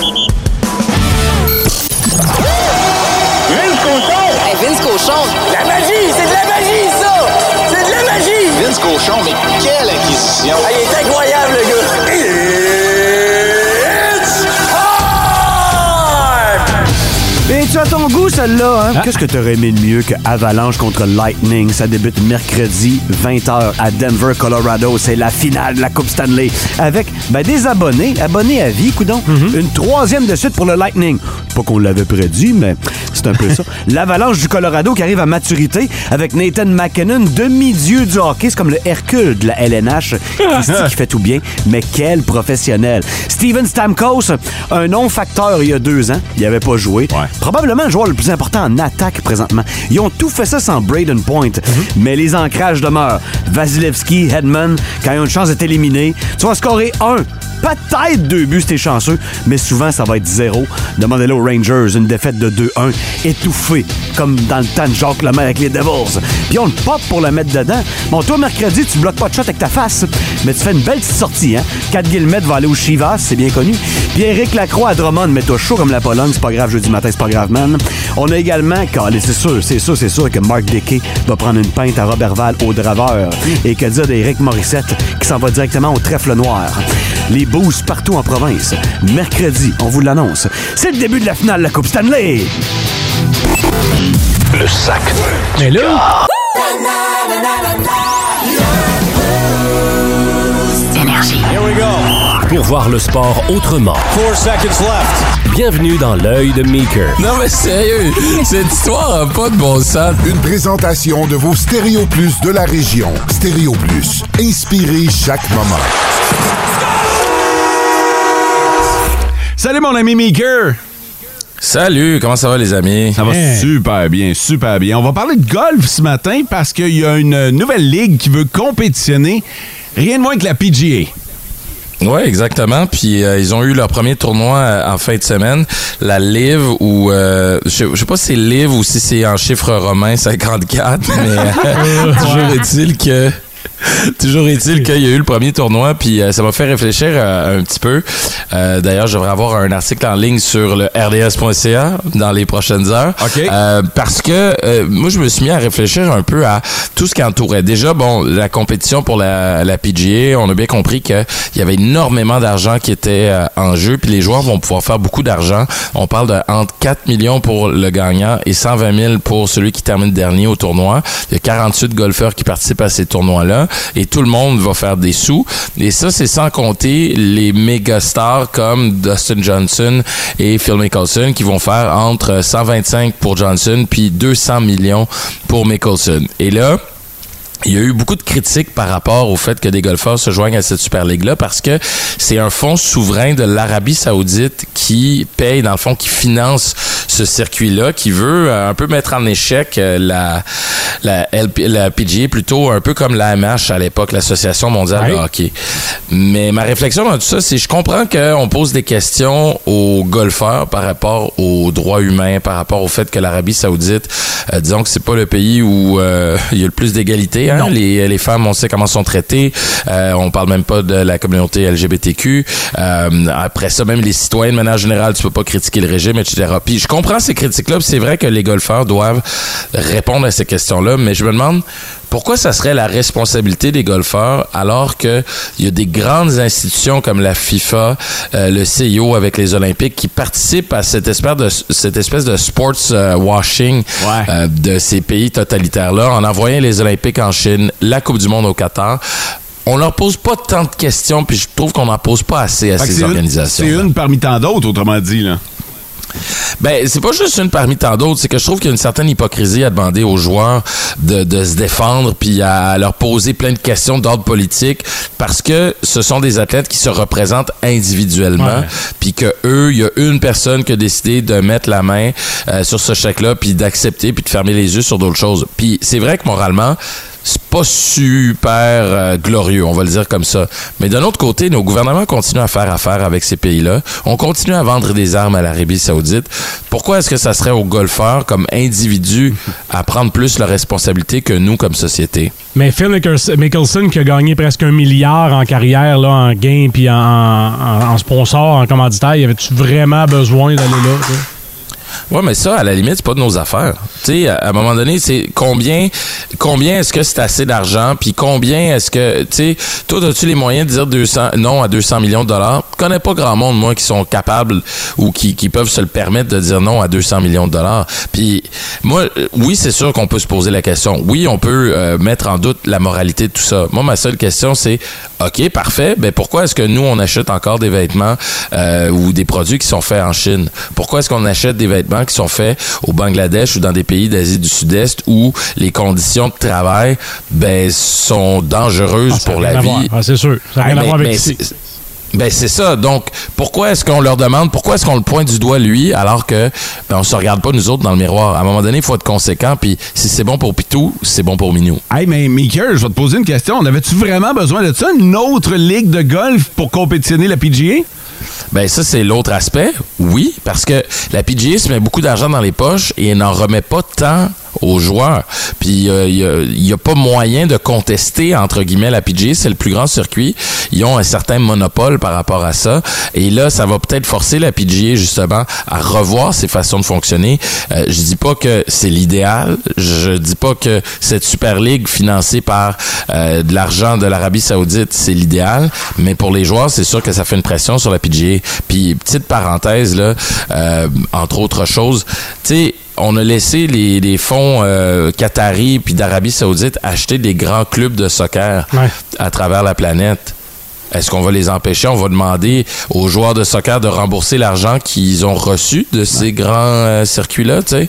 Vince Cochon! Hey, Vince Cochon! La magie! C'est de la magie, ça! C'est de la magie! Vince Cochon, mais quelle acquisition! Ah, il est incroyable, le gars! It's Et tu as ton goût, celle-là, hein? Qu'est-ce que t'aurais aimé de mieux que Avalanche contre Lightning? Ça débute mercredi, 20h à Denver, Colorado. C'est la finale de la Coupe Stanley. Avec des abonnés à vie, coudonc. Une 3e de suite pour le Lightning. Pas qu'on l'avait prédit, mais c'est un peu ça. L'Avalanche du Colorado qui arrive à maturité avec Nathan MacKinnon, demi-dieu du hockey. C'est comme le Hercule de la LNH. Qui fait tout bien, mais quel professionnel. Steven Stamkos, un non-facteur il y a 2 ans. Il n'avait pas joué. Probablement le joueur le plus important en attaque présentement. Ils ont tout fait ça sans Braden Point. Mais les ancrages demeurent. Vasilevski, Hedman, quand ils ont une chance d'être éliminés, tu vas scorer 1. Peut-être 2 buts si t'es chanceux, mais souvent ça va être 0. Demandez-le aux Rangers, une défaite de 2-1, étouffée, comme dans le temps de Jacques Lemaire avec les Devils. Puis on le pop pour le mettre dedans. Bon, toi, mercredi, tu bloques pas de shot avec ta face, mais tu fais une belle petite sortie, hein? Kat Guillemette va aller au Chivas, c'est bien connu. Puis Éric Lacroix à Drummond, mais toi chaud comme la Pologne, c'est pas grave, jeudi matin, c'est pas grave, man. On a également, c'est sûr que Mark Dickey va prendre une pinte à Robertval au Draveur. Et que dire d'Éric Morissette, qui s'en va directement au Trèfle Noir. Les boosts partout en province. Mercredi, on vous l'annonce. C'est le début de la finale de la Coupe Stanley. Le sac. Mais là... Énergie. Here we go. Pour voir le sport autrement. 4 seconds left. Bienvenue dans l'œil de Meeker. Non mais sérieux, cette histoire a pas de bon sens. Une présentation de vos Stéréo Plus de la région. Stéréo Plus. Inspirez chaque moment. Salut mon ami Meeker! Salut, comment ça va les amis? Ça va super bien, super bien. On va parler de golf ce matin parce qu'il y a une nouvelle ligue qui veut compétitionner, rien de moins que la PGA. Oui, exactement. Puis ils ont eu leur premier tournoi en fin de semaine, la LIV, ou je sais pas si c'est LIV ou si c'est en chiffre romain 54, mais toujours est-il qu'il y a eu le premier tournoi, puis ça m'a fait réfléchir un petit peu. D'ailleurs, je devrais avoir un article en ligne sur le rds.ca dans les prochaines heures. Okay. Parce que moi, je me suis mis à réfléchir un peu à tout ce qui entourait. Déjà, bon, la compétition pour la PGA, on a bien compris qu'il y avait énormément d'argent qui était en jeu, puis les joueurs vont pouvoir faire beaucoup d'argent. On parle de entre 4 millions pour le gagnant et 120 000 pour celui qui termine dernier au tournoi. Il y a 48 golfeurs qui participent à ces tournois-là. Et tout le monde va faire des sous. Et ça, c'est sans compter les méga stars comme Dustin Johnson et Phil Mickelson qui vont faire entre 125 pour Johnson puis 200 millions pour Mickelson. Et là, il y a eu beaucoup de critiques par rapport au fait que des golfeurs se joignent à cette Super League-là parce que c'est un fonds souverain de l'Arabie Saoudite qui paye, dans le fond, qui finance ce circuit-là, qui veut un peu mettre en échec la PGA, plutôt un peu comme l'AMH à l'époque, l'Association mondiale de hockey. Mais ma réflexion dans tout ça, c'est je comprends qu'on pose des questions aux golfeurs par rapport aux droits humains, par rapport au fait que l'Arabie Saoudite, disons que c'est pas le pays où il y a le plus d'égalité. Hein? Les femmes, on sait comment sont traitées. On parle même pas de la communauté LGBTQ. Après ça, même les citoyens de manière générale, tu peux pas critiquer le régime, etc. Puis je comprends ces critiques-là, puis c'est vrai que les golfeurs doivent répondre à ces questions-là, mais je me demande pourquoi ça serait la responsabilité des golfeurs alors que il y a des grandes institutions comme la FIFA, le CIO avec les Olympiques qui participent à cette espèce de sports washing de ces pays totalitaires-là en envoyant les Olympiques en Chine, la Coupe du monde au Qatar. On leur pose pas tant de questions, puis je trouve qu'on n'en pose pas assez à ces organisations. C'est une parmi tant d'autres, autrement dit, là. Ben, c'est pas juste une parmi tant d'autres, c'est que je trouve qu'il y a une certaine hypocrisie à demander aux joueurs de se défendre puis à leur poser plein de questions d'ordre politique parce que ce sont des athlètes qui se représentent individuellement puis que eux, il y a une personne qui a décidé de mettre la main sur ce chèque-là puis d'accepter puis de fermer les yeux sur d'autres choses. Puis c'est vrai que moralement, c'est pas super glorieux, on va le dire comme ça. Mais d'un autre côté, nos gouvernements continuent à faire affaire avec ces pays-là. On continue à vendre des armes à l'Arabie Saoudite. Pourquoi est-ce que ça serait aux golfeurs, comme individus, à prendre plus leurs responsabilités que nous, comme société? Mais Phil Mickelson, qui a gagné presque 1 milliard en carrière, là, en gain, puis en sponsor, en commanditaire, y avait-tu vraiment besoin d'aller là? Ouais, mais ça, à la limite, c'est pas de nos affaires. Tu sais, à un moment donné, c'est combien est-ce que c'est assez d'argent, puis combien est-ce que, tu sais, toi, as-tu les moyens de dire non à 200 millions de dollars? Je connais pas grand monde, moi, qui sont capables ou qui peuvent se le permettre de dire non à 200 millions de dollars. Puis, moi, oui, c'est sûr qu'on peut se poser la question. Oui, on peut mettre en doute la moralité de tout ça. Moi, ma seule question, c'est, OK, parfait, ben pourquoi est-ce que nous, on achète encore des vêtements ou des produits qui sont faits en Chine? Pourquoi est-ce qu'on achète des vêtements qui sont faits au Bangladesh ou dans des pays d'Asie du Sud-Est où les conditions de travail sont dangereuses pour la vie? C'est sûr. Ça n'a rien à voir avec ici. C'est ça. Donc, pourquoi est-ce qu'on leur demande, pourquoi est-ce qu'on le pointe du doigt lui, alors que on se regarde pas nous autres dans le miroir? À un moment donné, il faut être conséquent, puis si c'est bon pour Pitou, c'est bon pour Minou. Hey, mais Meeker, je vais te poser une question. En avais-tu vraiment besoin de ça? Une autre ligue de golf pour compétitionner la PGA? Ben ça, c'est l'autre aspect. Oui, parce que la PGA se met beaucoup d'argent dans les poches et elle n'en remet pas tant aux joueurs. Puis il y a pas moyen de contester, entre guillemets, la PGA. C'est le plus grand circuit. Ils ont un certain monopole par rapport à ça. Et là, ça va peut-être forcer la PGA, justement, à revoir ses façons de fonctionner. Je dis pas que c'est l'idéal. Je dis pas que cette Super League financée par de l'argent de l'Arabie Saoudite, c'est l'idéal. Mais pour les joueurs, c'est sûr que ça fait une pression sur la PGA. Puis, petite parenthèse, là, entre autres choses, tu sais, on a laissé les fonds qataris puis d'Arabie Saoudite acheter des grands clubs de soccer à travers la planète. Est-ce qu'on va les empêcher? On va demander aux joueurs de soccer de rembourser l'argent qu'ils ont reçu de ces grands circuits-là, tu sais.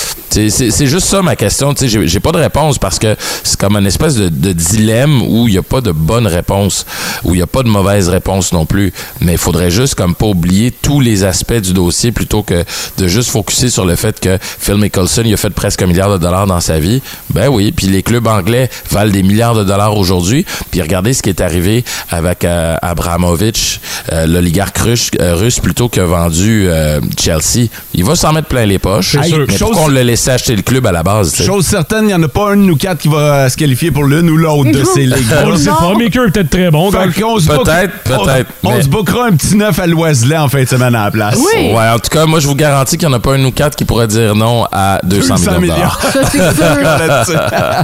C'est juste ça ma question. Tu sais, j'ai pas de réponse parce que c'est comme une espèce de dilemme où il n'y a pas de bonne réponse, où il n'y a pas de mauvaise réponse non plus. Mais il faudrait juste comme pas oublier tous les aspects du dossier plutôt que de juste focuser sur le fait que Phil Mickelson il a fait presque $1 milliard dans sa vie. Ben oui, puis les clubs anglais valent des milliards de dollars aujourd'hui. Puis regardez ce qui est arrivé avec Abramovich, l'oligarque russe plutôt qui a vendu Chelsea. Il va s'en mettre plein les poches. Mais pourquoi on l'a laissé acheter le club à la base? T'sais? Chose certaine, il n'y en a pas un de nous quatre qui va se qualifier pour l'une ou l'autre de ces ligues. On le sait pas, Maker est peut-être très bon. Peut-être. On se bookera un petit 9 à Loiselet en fin de semaine à la place. Oui. Ouais, en tout cas, moi, je vous garantis qu'il n'y en a pas un de nous quatre qui pourrait dire non à 200 millions de dollars. Ça, c'est sûr.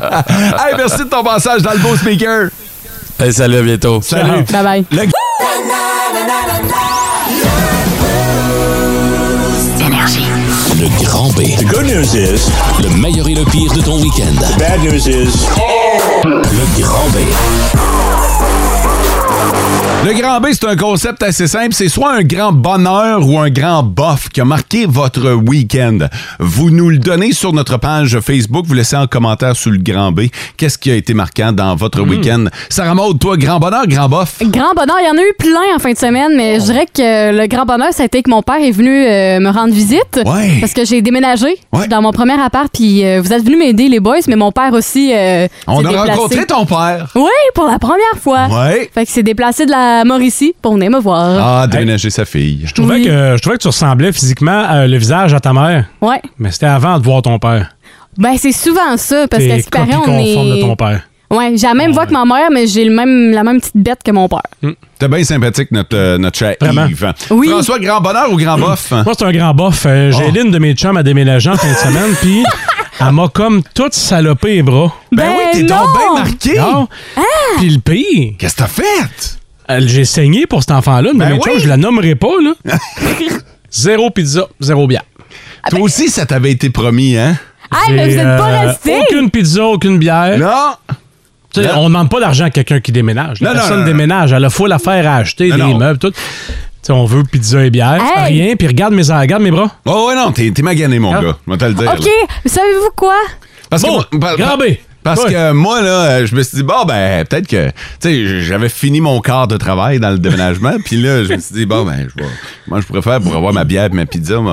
Hey, merci de ton passage dans le beau speaker. Hey, salut, à bientôt. Salut. Bye-bye. Le Grand B. The good news is, Le meilleur et le pire de ton week-end. the bad news is, Le Grand B. Le Grand B, c'est un concept assez simple. C'est soit un grand bonheur ou un grand bof qui a marqué votre week-end. Vous nous le donnez sur notre page Facebook. Vous laissez en commentaire sous le Grand B. Qu'est-ce qui a été marquant dans votre week-end? Sarah Maud, toi, grand bonheur, grand bof? Grand bonheur, il y en a eu plein en fin de semaine, mais je dirais que le grand bonheur, ça a été que mon père est venu me rendre visite. Ouais. Parce que j'ai déménagé dans mon premier appart, puis vous êtes venus m'aider, les boys, mais mon père aussi On s'est a déplacé. rencontré ton père. Oui, pour la première fois. Ouais. Fait que c'est déplacé de la Mauricie pour venir me voir. Ah, déménager sa fille. Je trouvais que tu ressemblais physiquement le visage à ta mère. Ouais. Mais c'était avant de voir ton père. Ben, c'est souvent ça, parce qu'à ce qui paraît, on conforme est... de ton père. Ouais, j'ai la même voix que ma mère, mais j'ai la même petite bête que mon père. T'es bien sympathique, notre cher Vraiment. Yves. Oui. François, grand bonheur ou grand bof? Moi, c'est un grand bof. J'ai l'une de mes chums à déménager en fin de semaine, puis elle m'a comme toute salopé les bras. Ben oui, t'es donc bien marqué. Non. Puis le pire... Qu'est-ce que t'as fait? J'ai saigné pour cet enfant-là, mais mes chums, je la nommerai pas, là. 0 pizza, 0 bière. Toi aussi, ça t'avait été promis, hein? Hey, mais vous êtes pas restés! Aucune pizza, aucune bière. Non! Tu sais, on ne demande pas d'argent à quelqu'un qui déménage. Personne déménage. Elle a faut l'affaire à acheter, des meubles, tout. T'sais, on veut pizza et bière, c'est pas rien. Puis regarde mes bras. Oh ouais, non, t'es magané, mon gars. Je vais te le dire. OK, savez-vous quoi? Parce que grand B. Parce que moi, là, je me suis dit, bon, ben, peut-être que, tu sais, j'avais fini mon quart de travail dans le déménagement, puis là, je me suis dit, bon, ben, moi, je préfère pour avoir ma bière et ma pizza, moi.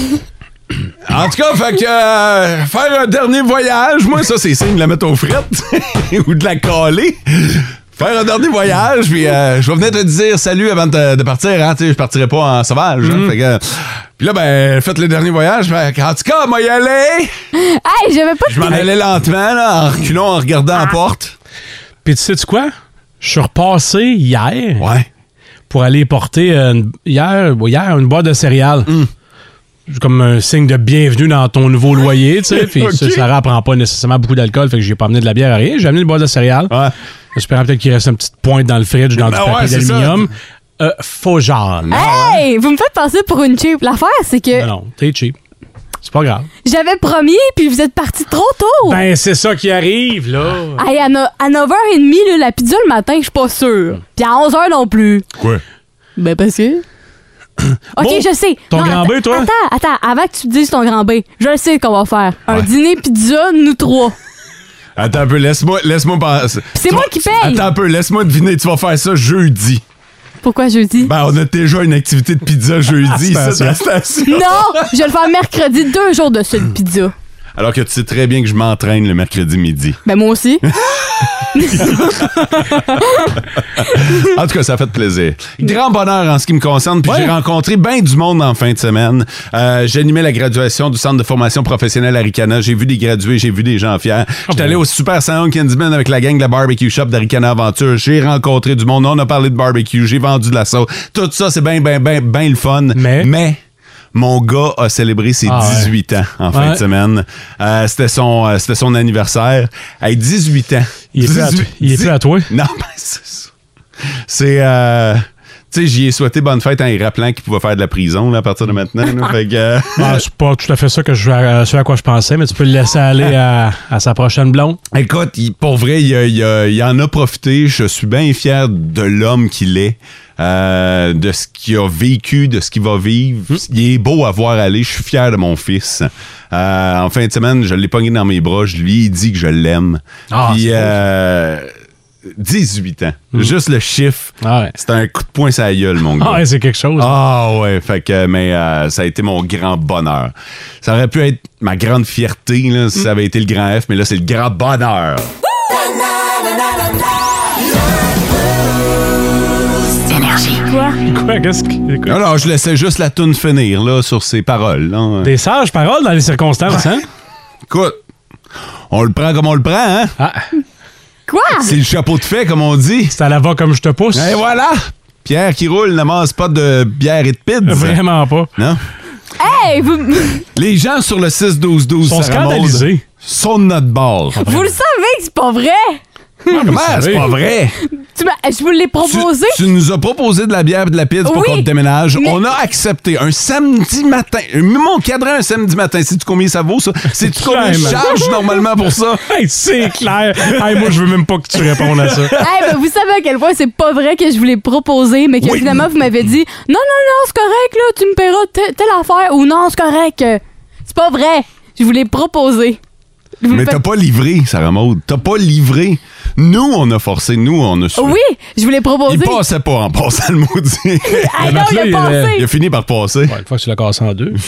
En tout cas, fait que faire un dernier voyage, moi, ça, c'est signe de la mettre aux frettes ou de la caler. Faire un dernier voyage, puis je vais venir te dire salut avant de partir, hein, tu sais, je partirai pas en sauvage. Hein, fait que, puis là, ben, faites le dernier voyage. En tout cas, moi, y aller. Hey, j'avais pas de... Je m'en allais lentement, là, en reculant, en regardant la porte. Puis tu sais quoi? Je suis repassé hier pour aller porter hier une boîte de céréales. comme un signe de bienvenue dans ton nouveau loyer, tu sais. Puis Okay. Sarah prend pas nécessairement beaucoup d'alcool, fait que j'ai pas amené de la bière à rien. J'ai amené une boîte de céréales. Ouais. J'espère peut-être qu'il reste une petite pointe dans le fridge, dans du papier d'aluminium. Faux genre. Hey! Vous me faites passer pour une cheap. L'affaire, c'est que Non, t'es cheap. C'est pas grave. j'avais promis, puis vous êtes partis trop tôt. Ben, c'est ça qui arrive, là. Hey, à 9h30, là, la pizza le matin, je suis pas sûre. Puis à 11h non plus. Quoi? Ben, parce que... OK, Bon, je sais. ton grand B, toi? Attends, avant que tu me dises ton grand B, je le sais qu'on va faire. Un dîner pizza, nous trois. Attends un peu, laisse-moi penser. C'est moi qui paye. Attends un peu, laisse-moi deviner, tu vas faire ça jeudi. Pourquoi jeudi? Ben, on a déjà une activité de pizza jeudi, ça, à la station. Non! Je vais le faire mercredi, 2 jours de suite, pizza. Alors que tu sais très bien que je m'entraîne le mercredi midi. Ben, moi aussi. En tout cas, ça a fait plaisir. Grand bonheur en ce qui me concerne. Puis j'ai rencontré bien du monde en fin de semaine. J'animais la graduation du centre de formation professionnelle Arikana. J'ai vu des gradués, j'ai vu des gens fiers. J'étais allé au Super Salon Candyman avec la gang de la Barbecue Shop d'Arikana Aventure. J'ai rencontré du monde. On a parlé de barbecue. J'ai vendu de la sauce. Tout ça, c'est bien le fun. Mais mon gars a célébré ses 18 ans en fin de semaine. C'était son anniversaire. À 18 ans. Il est plus à toi? Non, ben c'est ça. C'est... tu sais, j'y ai souhaité bonne fête en y rappelant qu'il pouvait faire de la prison là, à partir de maintenant. Là, fait que, c'est pas tout à fait ça ce à quoi je pensais, mais tu peux le laisser aller à sa prochaine blonde. Écoute, pour vrai, il en a profité. Je suis bien fier de l'homme qu'il est. De ce qu'il a vécu, de ce qu'il va vivre. Il est beau à voir aller. Je suis fier de mon fils. En fin de semaine, je l'ai pogné dans mes bras. Je lui ai dit que je l'aime. Puis, 18 ans. Juste le chiffre. C'est un coup de poing sur la gueule, mon gars. C'est quelque chose. Fait que, mais ça a été mon grand bonheur. Ça aurait pu être ma grande fierté là, si ça avait été le grand F, mais là, c'est le grand bonheur. Quoi? Qu'est-ce que... Alors, je laissais juste la toune finir, là, sur ses paroles. Là. Des sages paroles dans les circonstances, hein? Écoute, on le prend comme on le prend, hein? Quoi? C'est le chapeau de fait, comme on dit. C'est à la va comme je te pousse. Et voilà! Pierre qui roule n'amasse pas de bière et de pizza. Vraiment pas. Non? Hey! Les gens sur le 6-12-12 sont scandalisés. Sont de notre bord. Vous le savez que c'est pas vrai! Comment? C'est pas vrai! Je vous l'ai proposé. Tu nous as proposé de la bière et de la pizza pour qu'on te déménage. Mais... On a accepté un samedi matin. Mon cadran un samedi matin. Sais-tu combien ça vaut, ça? Sais-tu combien je charge normalement pour ça? Hey, c'est clair. Hey, moi, je veux même pas que tu répondes à ça. Hey, vous savez à quel point c'est pas vrai que je vous l'ai proposé, mais que finalement, vous m'avez dit non, c'est correct, là, tu me paieras telle affaire. Ou non, c'est correct. C'est pas vrai. Je vous l'ai proposé. Mais t'as pas livré, Sarah Maud. T'as pas livré. Nous, on a forcé. Nous, on a su. Oui, je vous l'ai proposé. Il passait pas en passant le maudit. Hey, non, il a passé. Il a fini par passer. Ouais, une fois que tu l'as cassé en deux.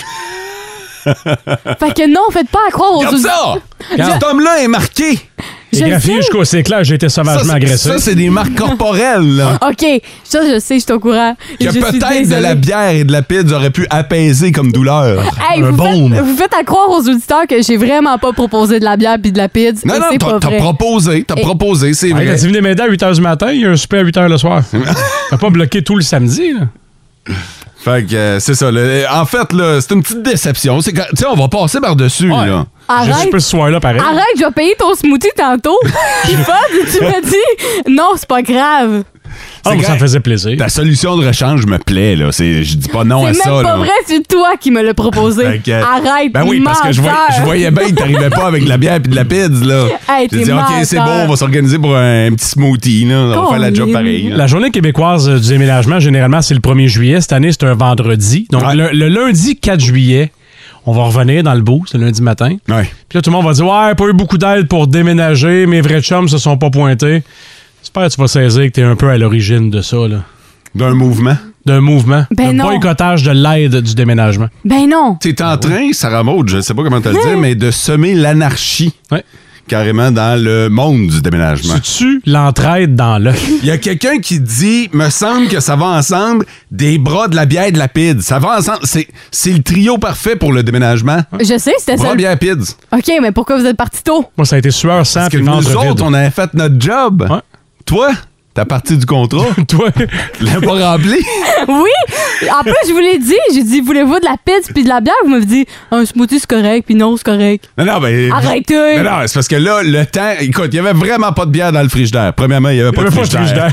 Fait que non, faites pas à croire aux autres. Regarde ça! Cet homme-là est marqué. Il est graffié jusqu'au séclair, j'ai été sauvagement agressé. Ça, c'est des marques corporelles, là. OK, ça, je sais, je suis au courant. Que peut-être de la bière et de la pizza aurait pu apaiser comme douleur. Hey, vous faites à croire aux auditeurs que j'ai vraiment pas proposé de la bière puis de la pizza. Non, t'as proposé, c'est vrai. Quand tu venais m'aider à 8h du matin, il y a un souper à 8h le soir. T'as pas bloqué tout le samedi, là. Fait que c'est ça. En fait, là, c'est une petite déception. Tu sais, on va passer par-dessus, là. Arrête. Je peux ce soir-là, pareil. Arrête, je vais payer ton smoothie tantôt. Puis tu m'as dit, non, c'est pas grave. Ça me faisait plaisir. Ta solution de rechange me plaît, là. Je dis pas non à ça, là. C'est même pas vrai, c'est toi qui me l'as proposé. Arrête, ben oui, parce que je voyais bien que t'arrivais pas avec de la bière et de la pizza, là. Hey, j'ai dit, OK, c'est bon, on va s'organiser pour un petit smoothie, là. On va faire la job pareil. La journée québécoise du déménagement, généralement, c'est le 1er juillet. Cette année, c'est un vendredi. Donc, le lundi 4 juillet, on va revenir dans le boost, le lundi matin. Puis là, tout le monde va dire, ouais, pas eu beaucoup d'aide pour déménager, mes vrais chums se sont pas pointés. J'espère que tu vas saisir que t'es un peu à l'origine de ça, là. D'un mouvement? D'un mouvement. Ben non. Boycottage de l'aide du déménagement. Ben non. T'es en train, Sarah Maud, je sais pas comment te le dire, mais de semer l'anarchie. Carrément dans le monde du déménagement. Tu l'entraide dans l'œuf. Il y a quelqu'un qui dit, me semble que ça va ensemble, des bras, de la bière et de la pizza. Ça va ensemble. C'est le trio parfait pour le déménagement. Je sais, c'était ça. Bras, bière, pizza. OK, mais pourquoi vous êtes parti tôt? Moi, ça a été sueur, sang, parce que nous autres, on avait fait notre job. Toi, Ta partie du contrat? Toi, tu l'as pas rempli? Oui! En plus, je vous l'ai dit. J'ai dit, voulez-vous de la pizza puis de la bière? Vous m'avez dit, un smoothie, c'est correct, puis non, c'est correct. Non, mais... Arrêtez! Non, c'est parce que là, le temps... Écoute, il y avait vraiment pas de bière dans le frigidaire. Premièrement, il y avait pas de frigidaire.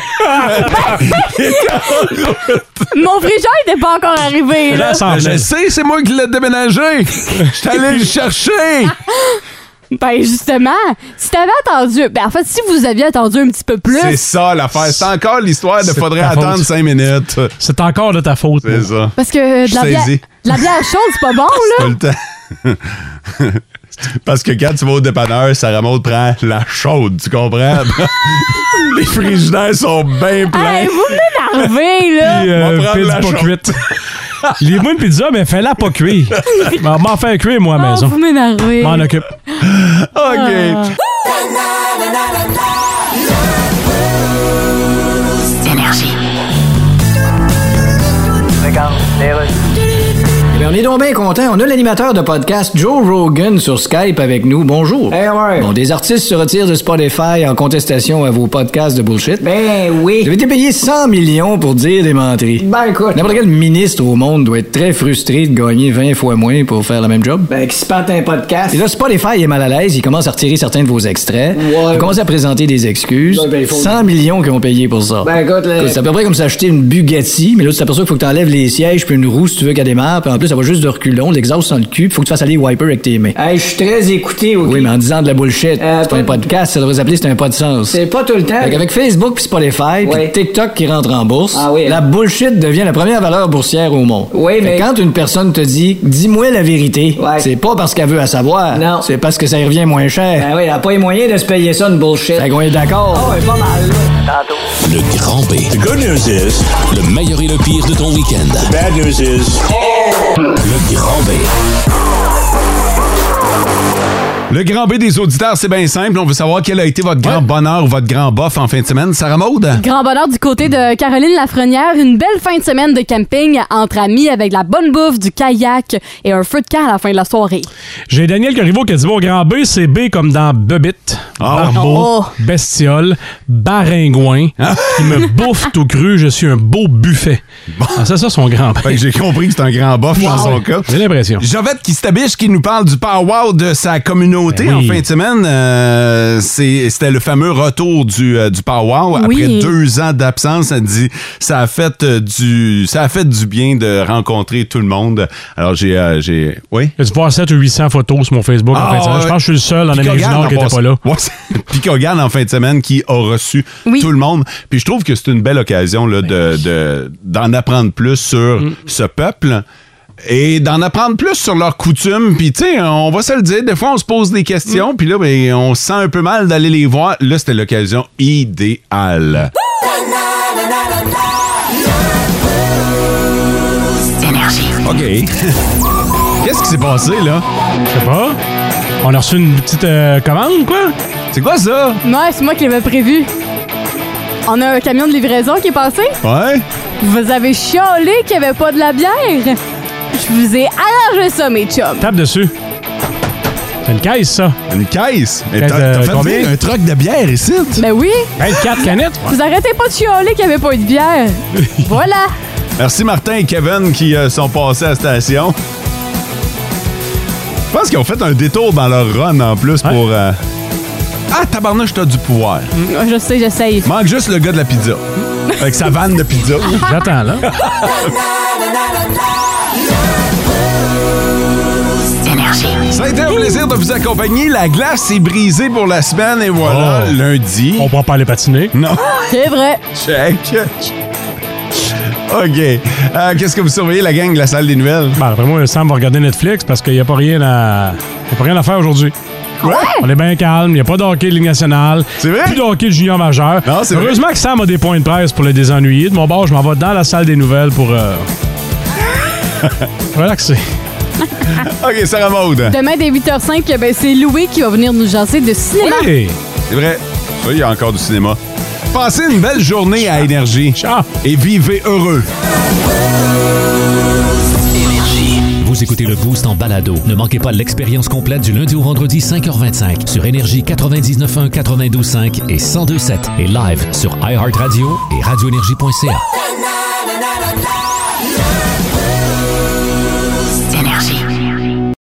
Mon frigidaire n'était pas encore arrivé, là. Je sais, c'est moi qui l'ai déménagé. Je suis allé le chercher. Ben, justement, si t'avais attendu... Ben, en fait, si vous aviez attendu un petit peu plus... C'est ça, l'affaire. C'est encore l'histoire de faudrait attendre 5 minutes. C'est encore de ta faute. C'est ça. Parce que de la bière chaude, c'est pas bon, là. C'est pas le temps. Parce que quand tu vas au dépanneur, Sarah Maud prend la chaude, tu comprends? Les frigidaires sont bien pleins. Hey, vous m'énervez, là! On va prendre pizza la pas chaude. cuite. Il est moins une pizza, mais fais-la pas cuire. M'en faire cuire, moi, à la maison. Vous m'énervez. M'en occupe. OK. Énergie. Regarde, les Russes. Ben, on est donc bien contents. On a l'animateur de podcast Joe Rogan sur Skype avec nous. Bonjour. Eh ouais. Bon, des artistes se retirent de Spotify en contestation à vos podcasts de bullshit. Ben oui. Vous avez été payé 100 millions pour dire des menteries. Ben écoute. N'importe quel ministre au monde doit être très frustré de gagner 20 fois moins pour faire le même job. Ben qui se pente un podcast. Et là, Spotify est mal à l'aise. Il commence à retirer certains de vos extraits. Ouais. Il commence à présenter des excuses. Ouais, ben, il faut... 100 millions qu'ils ont payé pour ça. Ben écoute, là... C'est à peu près comme s'acheter une Bugatti, mais là, tu t'aperçois qu'il faut que t'enlèves les sièges puis une roue si tu veux qu'elle démarre. Puis en plus, ça va juste de reculons, l'exhaust sans le cul. Puis faut que tu fasses aller les wipers avec tes mains. Hey, je suis très écouté, OK? Oui, mais en disant de la bullshit. C'est pas un podcast, ça devrait s'appeler c'est un pas de sens. C'est pas tout le temps. Avec Facebook puis Spotify Ouais. puis TikTok qui rentre en bourse, Ah oui, la bullshit devient la première valeur boursière au monde. Oui, mais... Quand une personne te dit « dis-moi la vérité Ouais. c'est pas parce qu'elle veut à savoir. Non. C'est parce que ça y revient moins cher. Ben oui, elle a pas les moyens de se payer ça, une bullshit. Fait qu'on est d'accord. Oh, ouais, pas mal, là. Tantôt. Le grand B. The good news is, Le meilleur et le pire de ton week-end. bad news is, Le grand B. Le grand B des auditeurs, c'est bien simple. On veut savoir quel a été votre grand bonheur ou votre grand bof en fin de semaine. Sarah Maud? Grand bonheur du côté de Caroline Lafrenière. Une belle fin de semaine de camping entre amis avec de la bonne bouffe, du kayak et un feu de camp à la fin de la soirée. J'ai Daniel Corriveau qui a dit bon, grand B, c'est B comme dans Bebite, Barbeau, Bestiole, Baringouin, qui me bouffe tout cru. Je suis un beau buffet. Ah, c'est ça son grand B. Fait que j'ai compris que c'est un grand bof dans son cas. J'ai l'impression. Jovette Kistabiche qui nous parle du powwow de sa communauté en fin de semaine. C'était le fameux retour du powwow. Après 2 ans d'absence, elle dit ça a fait du bien de rencontrer tout le monde. Alors j'ai oui. Tu vas voir 700 ou 800 photos sur mon Facebook en fin de semaine. Je pense que je suis le seul en Amérique du Nord qui n'était pas là. Ouais, Pic Hogan en fin de semaine qui a reçu tout le monde. Puis je trouve que c'est une belle occasion là, d'en apprendre plus sur ce peuple. Et d'en apprendre plus sur leurs coutumes. Puis, tu sais, on va se le dire, des fois, on se pose des questions, puis là, ben, on se sent un peu mal d'aller les voir. Là, c'était l'occasion idéale. OK. Qu'est-ce qui s'est passé, là? Je sais pas. On a reçu une petite commande, quoi? C'est quoi ça? Ouais, c'est moi qui l'avais prévu. On a un camion de livraison qui est passé. Ouais? Vous avez chialé qu'il n'y avait pas de la bière. Je vous ai arrangé ça, mes chums. Tape dessus. C'est une caisse, ça. Une caisse? Caisse T'as fait combien? un truck de bière ici? Ben oui. 24 canettes. Vous arrêtez pas de chialer qu'il n'y avait pas eu de bière. Voilà. Merci Martin et Kevin qui sont passés à la station. Je pense qu'ils ont fait un détour dans leur run en plus pour... Ah, tabarnouche, t'as du pouvoir. Je sais, j'essaye. Manque juste le gars de la pizza. Avec sa vanne de pizza. J'attends, là. Ça a été un plaisir de vous accompagner. La glace est brisée pour la semaine et voilà, lundi. On pourra pas aller patiner. Non. C'est vrai. Check. OK. Qu'est-ce que vous surveillez, la gang de la salle des nouvelles? Ben, après moi, Sam va regarder Netflix parce qu'il n'y a pas rien à faire aujourd'hui. Ouais. On est bien calme, il n'y a pas de hockey de Ligue nationale. C'est vrai? Plus de hockey de junior majeur. Non, c'est heureusement que Sam a des points de presse pour le désennuyer. De mon bord, je m'en vais dans la salle des nouvelles pour relaxer. OK, Sarah Maud. Demain, dès 8h05, ben, c'est Louis qui va venir nous jaser de cinéma. Oui, c'est vrai. Ça, il y a encore du cinéma. Passez une belle journée à Énergie. Et vivez heureux. Vous écoutez le Boost en balado. Ne manquez pas l'expérience complète du lundi au vendredi 5h25 sur Énergie 99.1, 92.5 et 102.7 et live sur iHeartRadio et radioénergie.ca. Énergie.